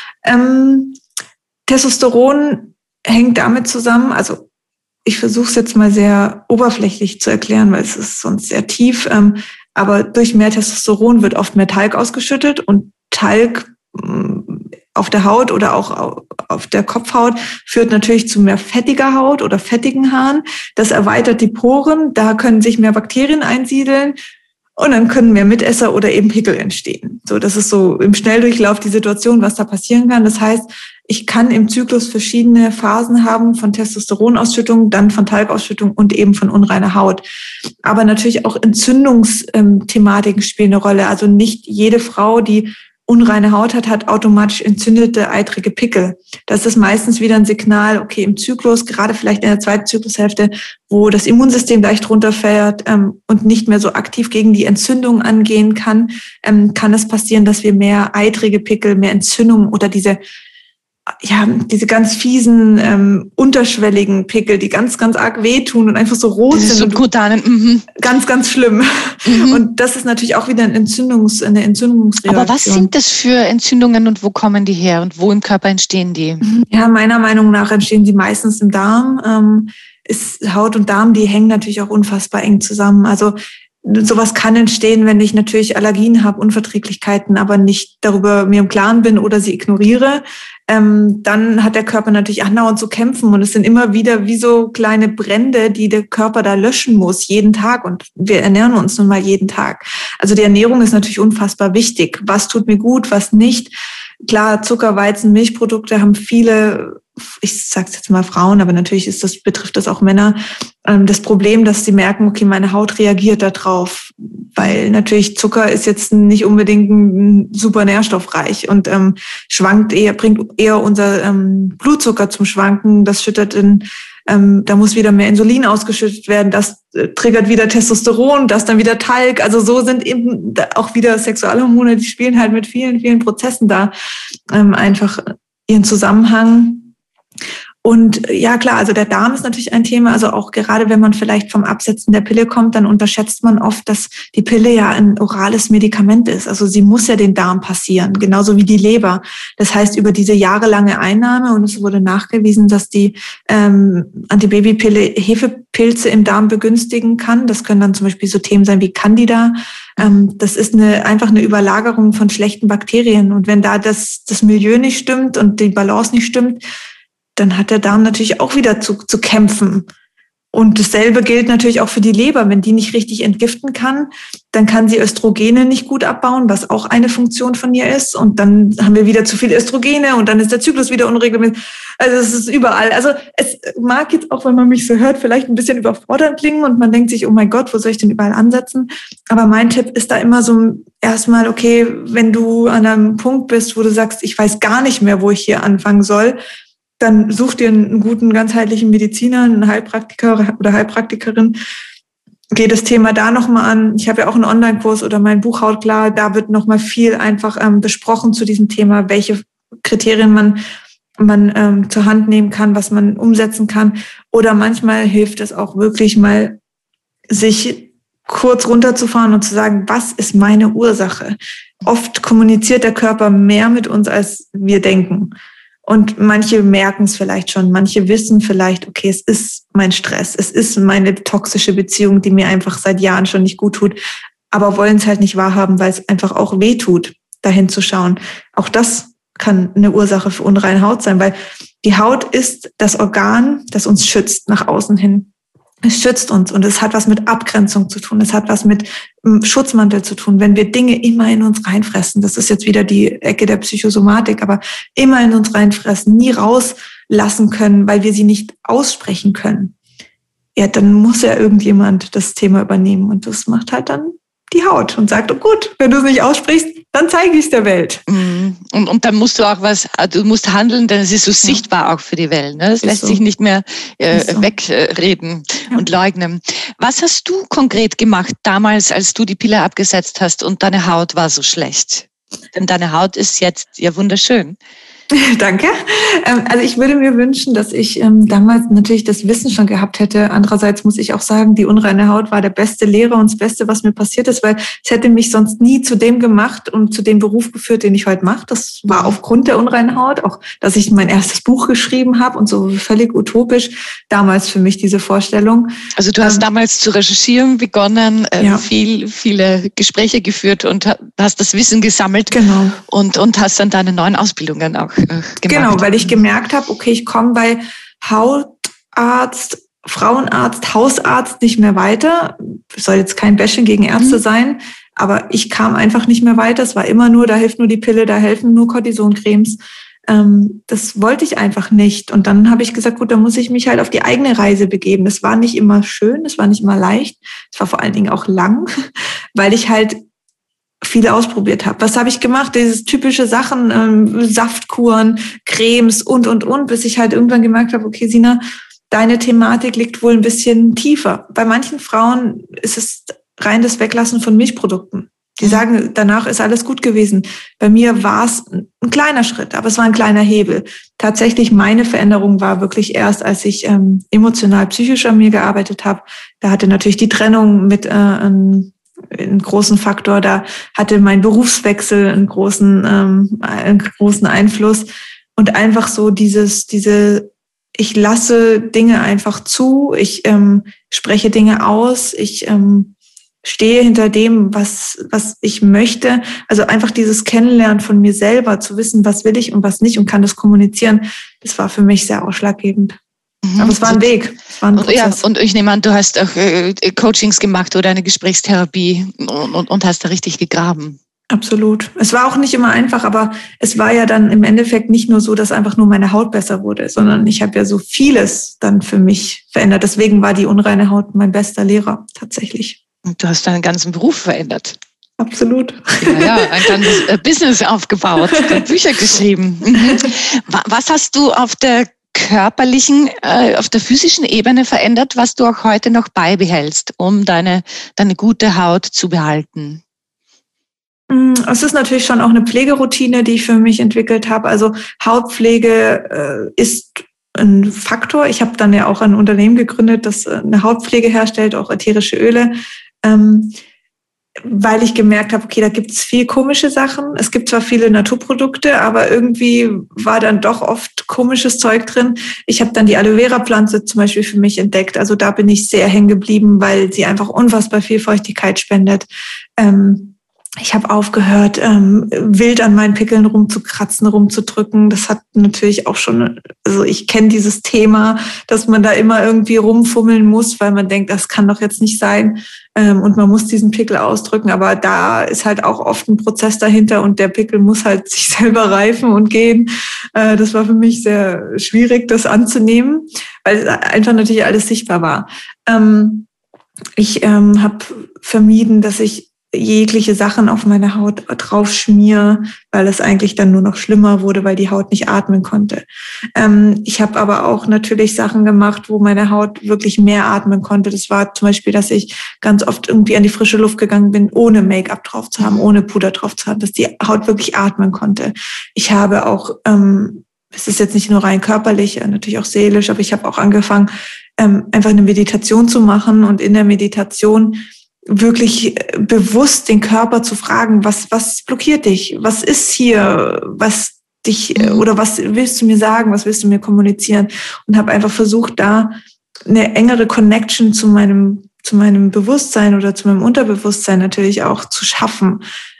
Testosteron hängt damit zusammen, also ich versuche es jetzt mal sehr oberflächlich zu erklären, weil es ist sonst sehr tief, aber durch mehr Testosteron wird oft mehr Talg ausgeschüttet und Talg auf der Haut oder auch auf der Kopfhaut führt natürlich zu mehr fettiger Haut oder fettigen Haaren. Das erweitert die Poren, da können sich mehr Bakterien einsiedeln und dann können mehr Mitesser oder eben Pickel entstehen. So, das ist so im Schnelldurchlauf die Situation, was da passieren kann. Das heißt, ich kann im Zyklus verschiedene Phasen haben von Testosteronausschüttung, dann von Talgausschüttung und eben von unreiner Haut. Aber natürlich auch Entzündungsthematiken spielen eine Rolle. Also nicht jede Frau, die unreine Haut hat automatisch entzündete, eitrige Pickel. Das ist meistens wieder ein Signal, okay, im Zyklus, gerade vielleicht in der zweiten Zyklushälfte, wo das Immunsystem leicht runterfährt und nicht mehr so aktiv gegen die Entzündung angehen kann es passieren, dass wir mehr eitrige Pickel, mehr Entzündung oder diese ganz fiesen, unterschwelligen Pickel, die ganz, ganz arg wehtun und einfach so rot sind. Subkutanen. Ganz, ganz schlimm. Und das ist natürlich auch wieder eine Entzündungsreaktion. Aber was sind das für Entzündungen und wo kommen die her und wo im Körper entstehen die? Ja, meiner Meinung nach entstehen sie meistens im Darm. Haut und Darm, die hängen natürlich auch unfassbar eng zusammen. Also sowas kann entstehen, wenn ich natürlich Allergien habe, Unverträglichkeiten, aber nicht darüber mir im Klaren bin oder sie ignoriere. Dann hat der Körper natürlich andauernd zu kämpfen und es sind immer wieder wie so kleine Brände, die der Körper da löschen muss, jeden Tag. Und wir ernähren uns nun mal jeden Tag. Also die Ernährung ist natürlich unfassbar wichtig. Was tut mir gut, was nicht? Klar, Zucker, Weizen, Milchprodukte haben viele, ich sage jetzt mal Frauen, aber natürlich betrifft das auch Männer, das Problem, dass sie merken, okay, meine Haut reagiert da drauf, weil natürlich Zucker ist jetzt nicht unbedingt super nährstoffreich und bringt eher unser Blutzucker zum Schwanken, das schüttet da muss wieder mehr Insulin ausgeschüttet werden, das triggert wieder Testosteron, das dann wieder Talg. Also so sind eben auch wieder Sexualhormone, die spielen halt mit vielen, vielen Prozessen da einfach ihren Zusammenhang. Und ja klar, also der Darm ist natürlich ein Thema, also auch gerade wenn man vielleicht vom Absetzen der Pille kommt, dann unterschätzt man oft, dass die Pille ja ein orales Medikament ist. Also sie muss ja den Darm passieren, genauso wie die Leber. Das heißt, über diese jahrelange Einnahme, und es wurde nachgewiesen, dass die Antibabypille Hefepilze im Darm begünstigen kann. Das können dann zum Beispiel so Themen sein wie Candida. Das ist einfach eine Überlagerung von schlechten Bakterien. Und wenn da das Milieu nicht stimmt und die Balance nicht stimmt, dann hat der Darm natürlich auch wieder zu kämpfen. Und dasselbe gilt natürlich auch für die Leber. Wenn die nicht richtig entgiften kann, dann kann sie Östrogene nicht gut abbauen, was auch eine Funktion von ihr ist. Und dann haben wir wieder zu viel Östrogene und dann ist der Zyklus wieder unregelmäßig. Also es ist überall. Also es mag jetzt auch, wenn man mich so hört, vielleicht ein bisschen überfordernd klingen und man denkt sich, oh mein Gott, wo soll ich denn überall ansetzen? Aber mein Tipp ist da immer so erstmal, okay, wenn du an einem Punkt bist, wo du sagst, ich weiß gar nicht mehr, wo ich hier anfangen soll, dann such dir einen guten ganzheitlichen Mediziner, einen Heilpraktiker oder Heilpraktikerin. Geh das Thema da nochmal an. Ich habe ja auch einen Online-Kurs oder mein Buch Haut klar. Da wird nochmal viel einfach besprochen zu diesem Thema, welche Kriterien man zur Hand nehmen kann, was man umsetzen kann. Oder manchmal hilft es auch wirklich mal, sich kurz runterzufahren und zu sagen, was ist meine Ursache? Oft kommuniziert der Körper mehr mit uns, als wir denken. Und manche merken es vielleicht schon, manche wissen vielleicht, okay, es ist mein Stress, es ist meine toxische Beziehung, die mir einfach seit Jahren schon nicht gut tut, aber wollen es halt nicht wahrhaben, weil es einfach auch weh tut, dahin zu schauen. Auch das kann eine Ursache für unreine Haut sein, weil die Haut ist das Organ, das uns schützt nach außen hin. Es schützt uns und es hat was mit Abgrenzung zu tun. Es hat was mit Schutzmantel zu tun. Wenn wir Dinge immer in uns reinfressen, das ist jetzt wieder die Ecke der Psychosomatik, aber immer in uns reinfressen, nie rauslassen können, weil wir sie nicht aussprechen können. Ja, dann muss ja irgendjemand das Thema übernehmen und das macht halt dann die Haut und sagt, oh gut, wenn du es nicht aussprichst, dann zeige ich es der Welt. Und dann musst du auch du musst handeln, denn es ist so sichtbar auch für die Welt. Ne? Es lässt sich nicht mehr wegreden und leugnen. Was hast du konkret gemacht damals, als du die Pille abgesetzt hast und deine Haut war so schlecht? Denn deine Haut ist jetzt ja wunderschön. Danke. Also ich würde mir wünschen, dass ich damals natürlich das Wissen schon gehabt hätte. Andererseits muss ich auch sagen, die unreine Haut war der beste Lehrer und das Beste, was mir passiert ist, weil es hätte mich sonst nie zu dem gemacht und zu dem Beruf geführt, den ich heute mache. Das war aufgrund der unreinen Haut, auch dass ich mein erstes Buch geschrieben habe und so völlig utopisch damals für mich diese Vorstellung. Also du hast damals zu recherchieren begonnen, viele Gespräche geführt und hast das Wissen gesammelt. Genau. Und hast dann deine neuen Ausbildungen auch gemacht. Genau, weil ich gemerkt habe, okay, ich komme bei Hautarzt, Frauenarzt, Hausarzt nicht mehr weiter. Soll jetzt kein Bashing gegen Ärzte sein, aber ich kam einfach nicht mehr weiter. Es war immer nur, da hilft nur die Pille, da helfen nur Cortisoncremes. Das wollte ich einfach nicht. Und dann habe ich gesagt, gut, dann muss ich mich halt auf die eigene Reise begeben. Das war nicht immer schön, das war nicht immer leicht. Es war vor allen Dingen auch lang, weil ich halt viel ausprobiert habe. Was habe ich gemacht? Dieses typische Sachen, Saftkuren, Cremes und, bis ich halt irgendwann gemerkt habe, okay, Sina, deine Thematik liegt wohl ein bisschen tiefer. Bei manchen Frauen ist es rein das Weglassen von Milchprodukten. Die sagen, danach ist alles gut gewesen. Bei mir war es ein kleiner Schritt, aber es war ein kleiner Hebel. Tatsächlich meine Veränderung war wirklich erst, als ich emotional, psychisch an mir gearbeitet habe. Da hatte natürlich die Trennung mit einen großen Faktor. Da hatte mein Berufswechsel einen großen Einfluss. Und einfach so ich lasse Dinge einfach zu, ich spreche Dinge aus, ich stehe hinter dem, was ich möchte. Also einfach dieses Kennenlernen von mir selber, zu wissen, was will ich und was nicht und kann das kommunizieren, das war für mich sehr ausschlaggebend. Aber es war ein Weg, es war ein Prozess. Ja, und ich nehme an, du hast auch Coachings gemacht oder eine Gesprächstherapie und hast da richtig gegraben. Absolut. Es war auch nicht immer einfach, aber es war ja dann im Endeffekt nicht nur so, dass einfach nur meine Haut besser wurde, sondern ich habe ja so vieles dann für mich verändert. Deswegen war die unreine Haut mein bester Lehrer tatsächlich. Und du hast deinen ganzen Beruf verändert. Absolut. Ja, ein ganzes Business aufgebaut, Bücher geschrieben. Was hast du auf der körperlichen, auf der physischen Ebene verändert, was du auch heute noch beibehältst, um deine gute Haut zu behalten? Es ist natürlich schon auch eine Pflegeroutine, die ich für mich entwickelt habe. Also Hautpflege ist ein Faktor. Ich habe dann ja auch ein Unternehmen gegründet, das eine Hautpflege herstellt, auch ätherische Öle, weil ich gemerkt habe, okay, da gibt es viel komische Sachen. Es gibt zwar viele Naturprodukte, aber irgendwie war dann doch oft komisches Zeug drin. Ich habe dann die Aloe Vera Pflanze zum Beispiel für mich entdeckt. Also da bin ich sehr hängen geblieben, weil sie einfach unfassbar viel Feuchtigkeit spendet. Ich habe aufgehört, wild an meinen Pickeln rumzukratzen, rumzudrücken. Das hat natürlich auch schon, also ich kenne dieses Thema, dass man da immer irgendwie rumfummeln muss, weil man denkt, das kann doch jetzt nicht sein. Und man muss diesen Pickel ausdrücken. Aber da ist halt auch oft ein Prozess dahinter und der Pickel muss halt sich selber reifen und gehen. Das war für mich sehr schwierig, das anzunehmen, weil einfach natürlich alles sichtbar war. Ich habe vermieden, dass ich jegliche Sachen auf meine Haut drauf schmiere, weil es eigentlich dann nur noch schlimmer wurde, weil die Haut nicht atmen konnte. Ich habe aber auch natürlich Sachen gemacht, wo meine Haut wirklich mehr atmen konnte. Das war zum Beispiel, dass ich ganz oft irgendwie an die frische Luft gegangen bin, ohne Make-up drauf zu haben, ohne Puder drauf zu haben, dass die Haut wirklich atmen konnte. Ich habe auch, es ist jetzt nicht nur rein körperlich, natürlich auch seelisch, aber ich habe auch angefangen, einfach eine Meditation zu machen und in der Meditation wirklich bewusst den Körper zu fragen, was blockiert dich? Was ist hier, was dich, oder was willst du mir sagen? Was willst du mir kommunizieren? Und habe einfach versucht, da eine engere Connection zu meinem Bewusstsein oder zu meinem Unterbewusstsein natürlich auch zu schaffen.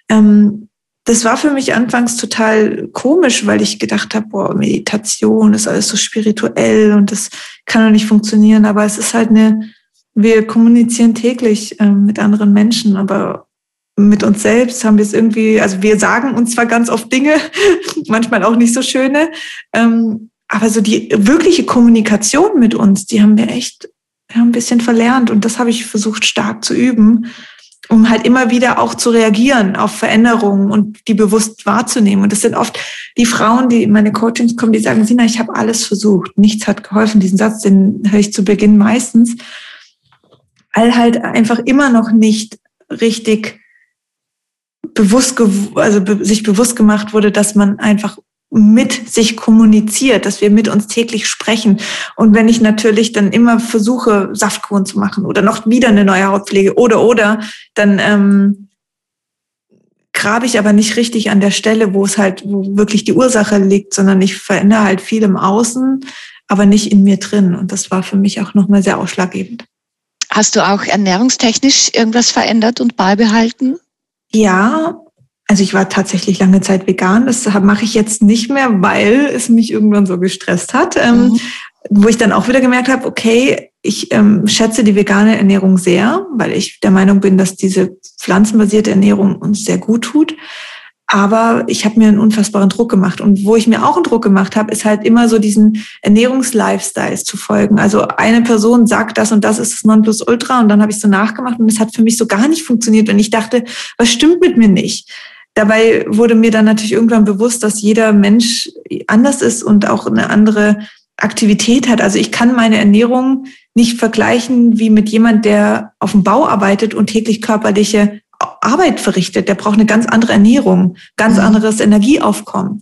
Das war für mich anfangs total komisch, weil ich gedacht habe, boah, Meditation ist alles so spirituell und das kann doch nicht funktionieren. Aber es ist halt wir kommunizieren täglich mit anderen Menschen, aber mit uns selbst haben wir es irgendwie, also wir sagen uns zwar ganz oft Dinge, manchmal auch nicht so schöne, aber so die wirkliche Kommunikation mit uns, die haben wir echt ein bisschen verlernt und das habe ich versucht stark zu üben, um halt immer wieder auch zu reagieren auf Veränderungen und die bewusst wahrzunehmen. Und das sind oft die Frauen, die in meine Coachings kommen, die sagen, Sina, ich habe alles versucht, nichts hat geholfen. Diesen Satz, den höre ich zu Beginn meistens, weil halt einfach immer noch nicht richtig sich bewusst gemacht wurde, dass man einfach mit sich kommuniziert, dass wir mit uns täglich sprechen. Und wenn ich natürlich dann immer versuche, Saftkuren zu machen oder noch wieder eine neue Hautpflege oder, dann grabe ich aber nicht richtig an der Stelle, wo wirklich die Ursache liegt, sondern ich verändere halt viel im Außen, aber nicht in mir drin. Und das war für mich auch nochmal sehr ausschlaggebend. Hast du auch ernährungstechnisch irgendwas verändert und beibehalten? Ja, also ich war tatsächlich lange Zeit vegan. Das mache ich jetzt nicht mehr, weil es mich irgendwann so gestresst hat. Wo ich dann auch wieder gemerkt habe, okay, ich schätze die vegane Ernährung sehr, weil ich der Meinung bin, dass diese pflanzenbasierte Ernährung uns sehr gut tut. Aber ich habe mir einen unfassbaren Druck gemacht. Und wo ich mir auch einen Druck gemacht habe, ist halt immer so diesen Ernährungslifestyles zu folgen. Also eine Person sagt, das und das ist das Nonplusultra, und dann habe ich so nachgemacht und es hat für mich so gar nicht funktioniert. Und ich dachte, was stimmt mit mir nicht? Dabei wurde mir dann natürlich irgendwann bewusst, dass jeder Mensch anders ist und auch eine andere Aktivität hat. Also ich kann meine Ernährung nicht vergleichen wie mit jemand, der auf dem Bau arbeitet und täglich körperliche Arbeit verrichtet. Der braucht eine ganz andere Ernährung, ganz anderes Energieaufkommen.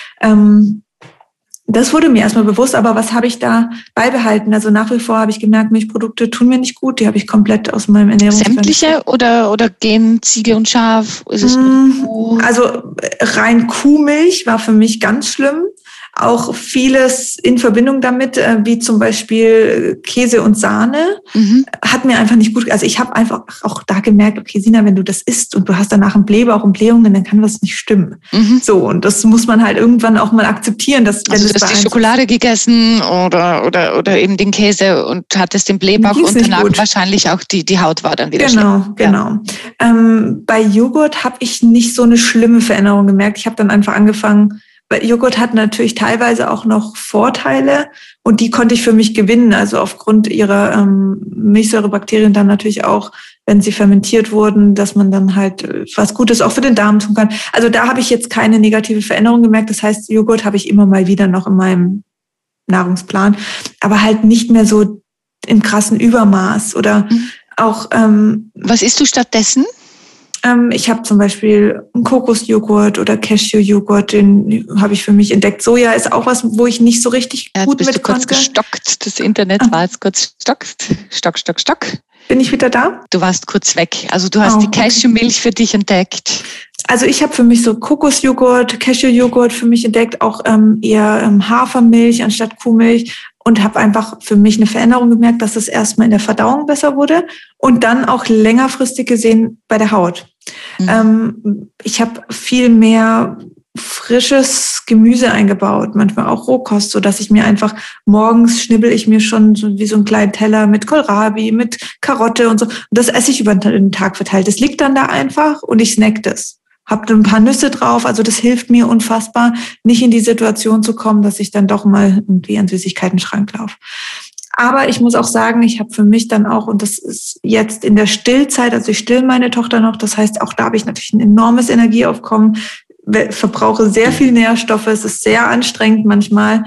Das wurde mir erstmal bewusst, aber was habe ich da beibehalten? Also nach wie vor habe ich gemerkt, Milchprodukte tun mir nicht gut. Die habe ich komplett aus meinem Ernährungsplan. Sämtliche oder gehen Ziege und Schaf? Ist es also rein Kuhmilch war für mich ganz schlimm. Auch vieles in Verbindung damit, wie zum Beispiel Käse und Sahne, hat mir einfach nicht gut. Also ich habe einfach auch da gemerkt, okay, Sina, wenn du das isst und du hast danach einen Blähbauch und Blähungen, dann kann das nicht stimmen. So, und das muss man halt irgendwann auch mal akzeptieren. Dass, wenn also du hast die Schokolade gegessen oder eben den Käse und hattest den Blähbauch und danach wahrscheinlich auch die Haut war dann wieder schlimm. Genau. Bei Joghurt habe ich nicht so eine schlimme Veränderung gemerkt. Ich habe dann einfach angefangen, weil Joghurt hat natürlich teilweise auch noch Vorteile und die konnte ich für mich gewinnen. Also aufgrund ihrer Milchsäurebakterien dann natürlich auch, wenn sie fermentiert wurden, dass man dann halt was Gutes auch für den Darm tun kann. Also da habe ich jetzt keine negative Veränderung gemerkt. Das heißt, Joghurt habe ich immer mal wieder noch in meinem Nahrungsplan, aber halt nicht mehr so im krassen Übermaß oder auch. Was isst du stattdessen? Ich habe zum Beispiel einen Kokosjoghurt oder Cashew-Joghurt, den habe ich für mich entdeckt. Soja ist auch was, wo ich nicht so richtig gut mit konnte. Bist du kurz gestockt? Das Internet war jetzt kurz Stock. Bin ich wieder da? Du warst kurz weg. Also du hast die Cashewmilch für dich entdeckt. Also ich habe für mich so Kokosjoghurt, Cashew-Joghurt für mich entdeckt, auch eher Hafermilch anstatt Kuhmilch. Und habe einfach für mich eine Veränderung gemerkt, dass es erstmal in der Verdauung besser wurde und dann auch längerfristig gesehen bei der Haut. Ich habe viel mehr frisches Gemüse eingebaut, manchmal auch Rohkost, so dass ich mir einfach morgens schnibbel ich mir schon so wie so einen kleinen Teller mit Kohlrabi, mit Karotte und so. Und das esse ich über den Tag verteilt. Das liegt dann da einfach und ich snack das. Hab ein paar Nüsse drauf, also das hilft mir unfassbar, nicht in die Situation zu kommen, dass ich dann doch mal irgendwie an Süßigkeiten-Schrank laufe. Aber ich muss auch sagen, ich habe für mich dann auch, und das ist jetzt in der Stillzeit, also ich still meine Tochter noch, das heißt, auch da habe ich natürlich ein enormes Energieaufkommen, verbrauche sehr viel Nährstoffe, es ist sehr anstrengend manchmal,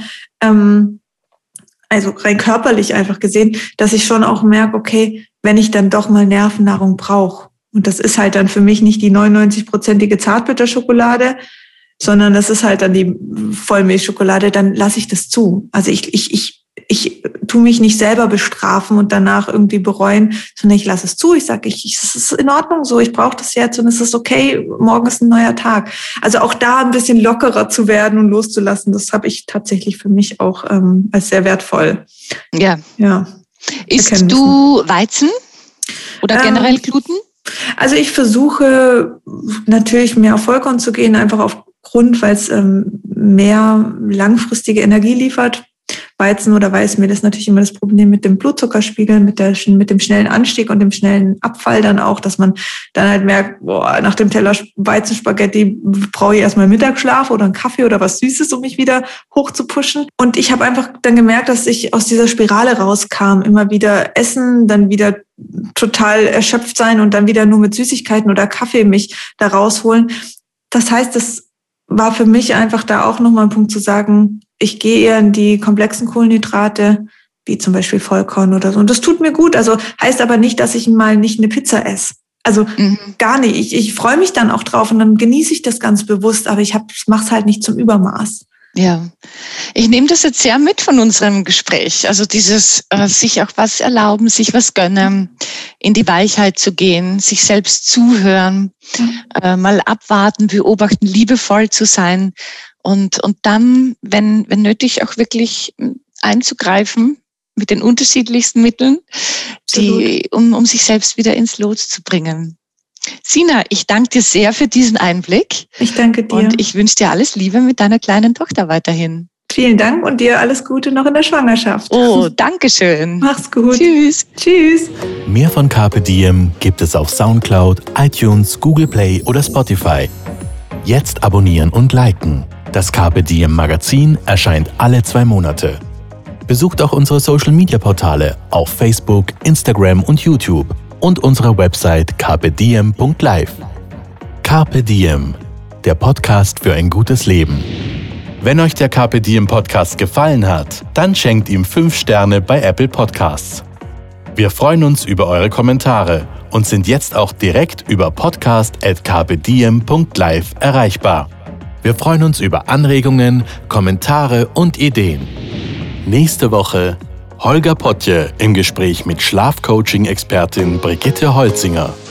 also rein körperlich einfach gesehen, dass ich schon auch merke, okay, wenn ich dann doch mal Nervennahrung brauche, und das ist halt dann für mich nicht die 99-prozentige Zartbitterschokolade, sondern das ist halt dann die Vollmilchschokolade, dann lasse ich das zu. Also ich tue mich nicht selber bestrafen und danach irgendwie bereuen, sondern ich lasse es zu. Ich sage, es ist in Ordnung so, ich brauche das jetzt und es ist okay, morgen ist ein neuer Tag. Also auch da ein bisschen lockerer zu werden und loszulassen, das habe ich tatsächlich für mich auch als sehr wertvoll. Ja. Isst du Weizen oder generell Gluten? Also ich versuche natürlich mehr auf Vollkorn zu gehen, einfach aufgrund, weil es mehr langfristige Energie liefert. Weizen oder Weißmehl ist natürlich immer das Problem mit dem Blutzuckerspiegel, mit dem schnellen Anstieg und dem schnellen Abfall dann auch, dass man dann halt merkt, nach dem Teller Weizenspaghetti brauche ich erstmal Mittagsschlaf oder einen Kaffee oder was Süßes, um mich wieder hoch zu pushen. Und ich habe einfach dann gemerkt, dass ich aus dieser Spirale rauskam, immer wieder essen, dann wieder total erschöpft sein und dann wieder nur mit Süßigkeiten oder Kaffee mich da rausholen. Das heißt, das war für mich einfach da auch nochmal ein Punkt zu sagen, ich gehe eher in die komplexen Kohlenhydrate, wie zum Beispiel Vollkorn oder so. Und das tut mir gut. Also heißt aber nicht, dass ich mal nicht eine Pizza esse. Also gar nicht. Ich freue mich dann auch drauf und dann genieße ich das ganz bewusst, aber ich mache es halt nicht zum Übermaß. Ja, ich nehme das jetzt sehr mit von unserem Gespräch. Also dieses sich auch was erlauben, sich was gönnen, in die Weichheit zu gehen, sich selbst zuhören, mal abwarten, beobachten, liebevoll zu sein und dann, wenn nötig, auch wirklich einzugreifen mit den unterschiedlichsten Mitteln, um sich selbst wieder ins Lot zu bringen. Sina, ich danke dir sehr für diesen Einblick. Ich danke dir. Und ich wünsche dir alles Liebe mit deiner kleinen Tochter weiterhin. Vielen Dank und dir alles Gute noch in der Schwangerschaft. Oh, danke schön. Mach's gut. Tschüss. Tschüss. Mehr von Carpe Diem gibt es auf Soundcloud, iTunes, Google Play oder Spotify. Jetzt abonnieren und liken. Das Carpe Diem Magazin erscheint alle 2 Monate. Besucht auch unsere Social-Media-Portale auf Facebook, Instagram und YouTube und unsere Website carpediem.live. Carpe Diem, der Podcast für ein gutes Leben. Wenn euch der Carpe Diem Podcast gefallen hat, dann schenkt ihm 5 Sterne bei Apple Podcasts. Wir freuen uns über eure Kommentare und sind jetzt auch direkt über podcast@carpediem.live erreichbar. Wir freuen uns über Anregungen, Kommentare und Ideen. Nächste Woche Holger Potje im Gespräch mit Schlafcoaching-Expertin Brigitte Holzinger.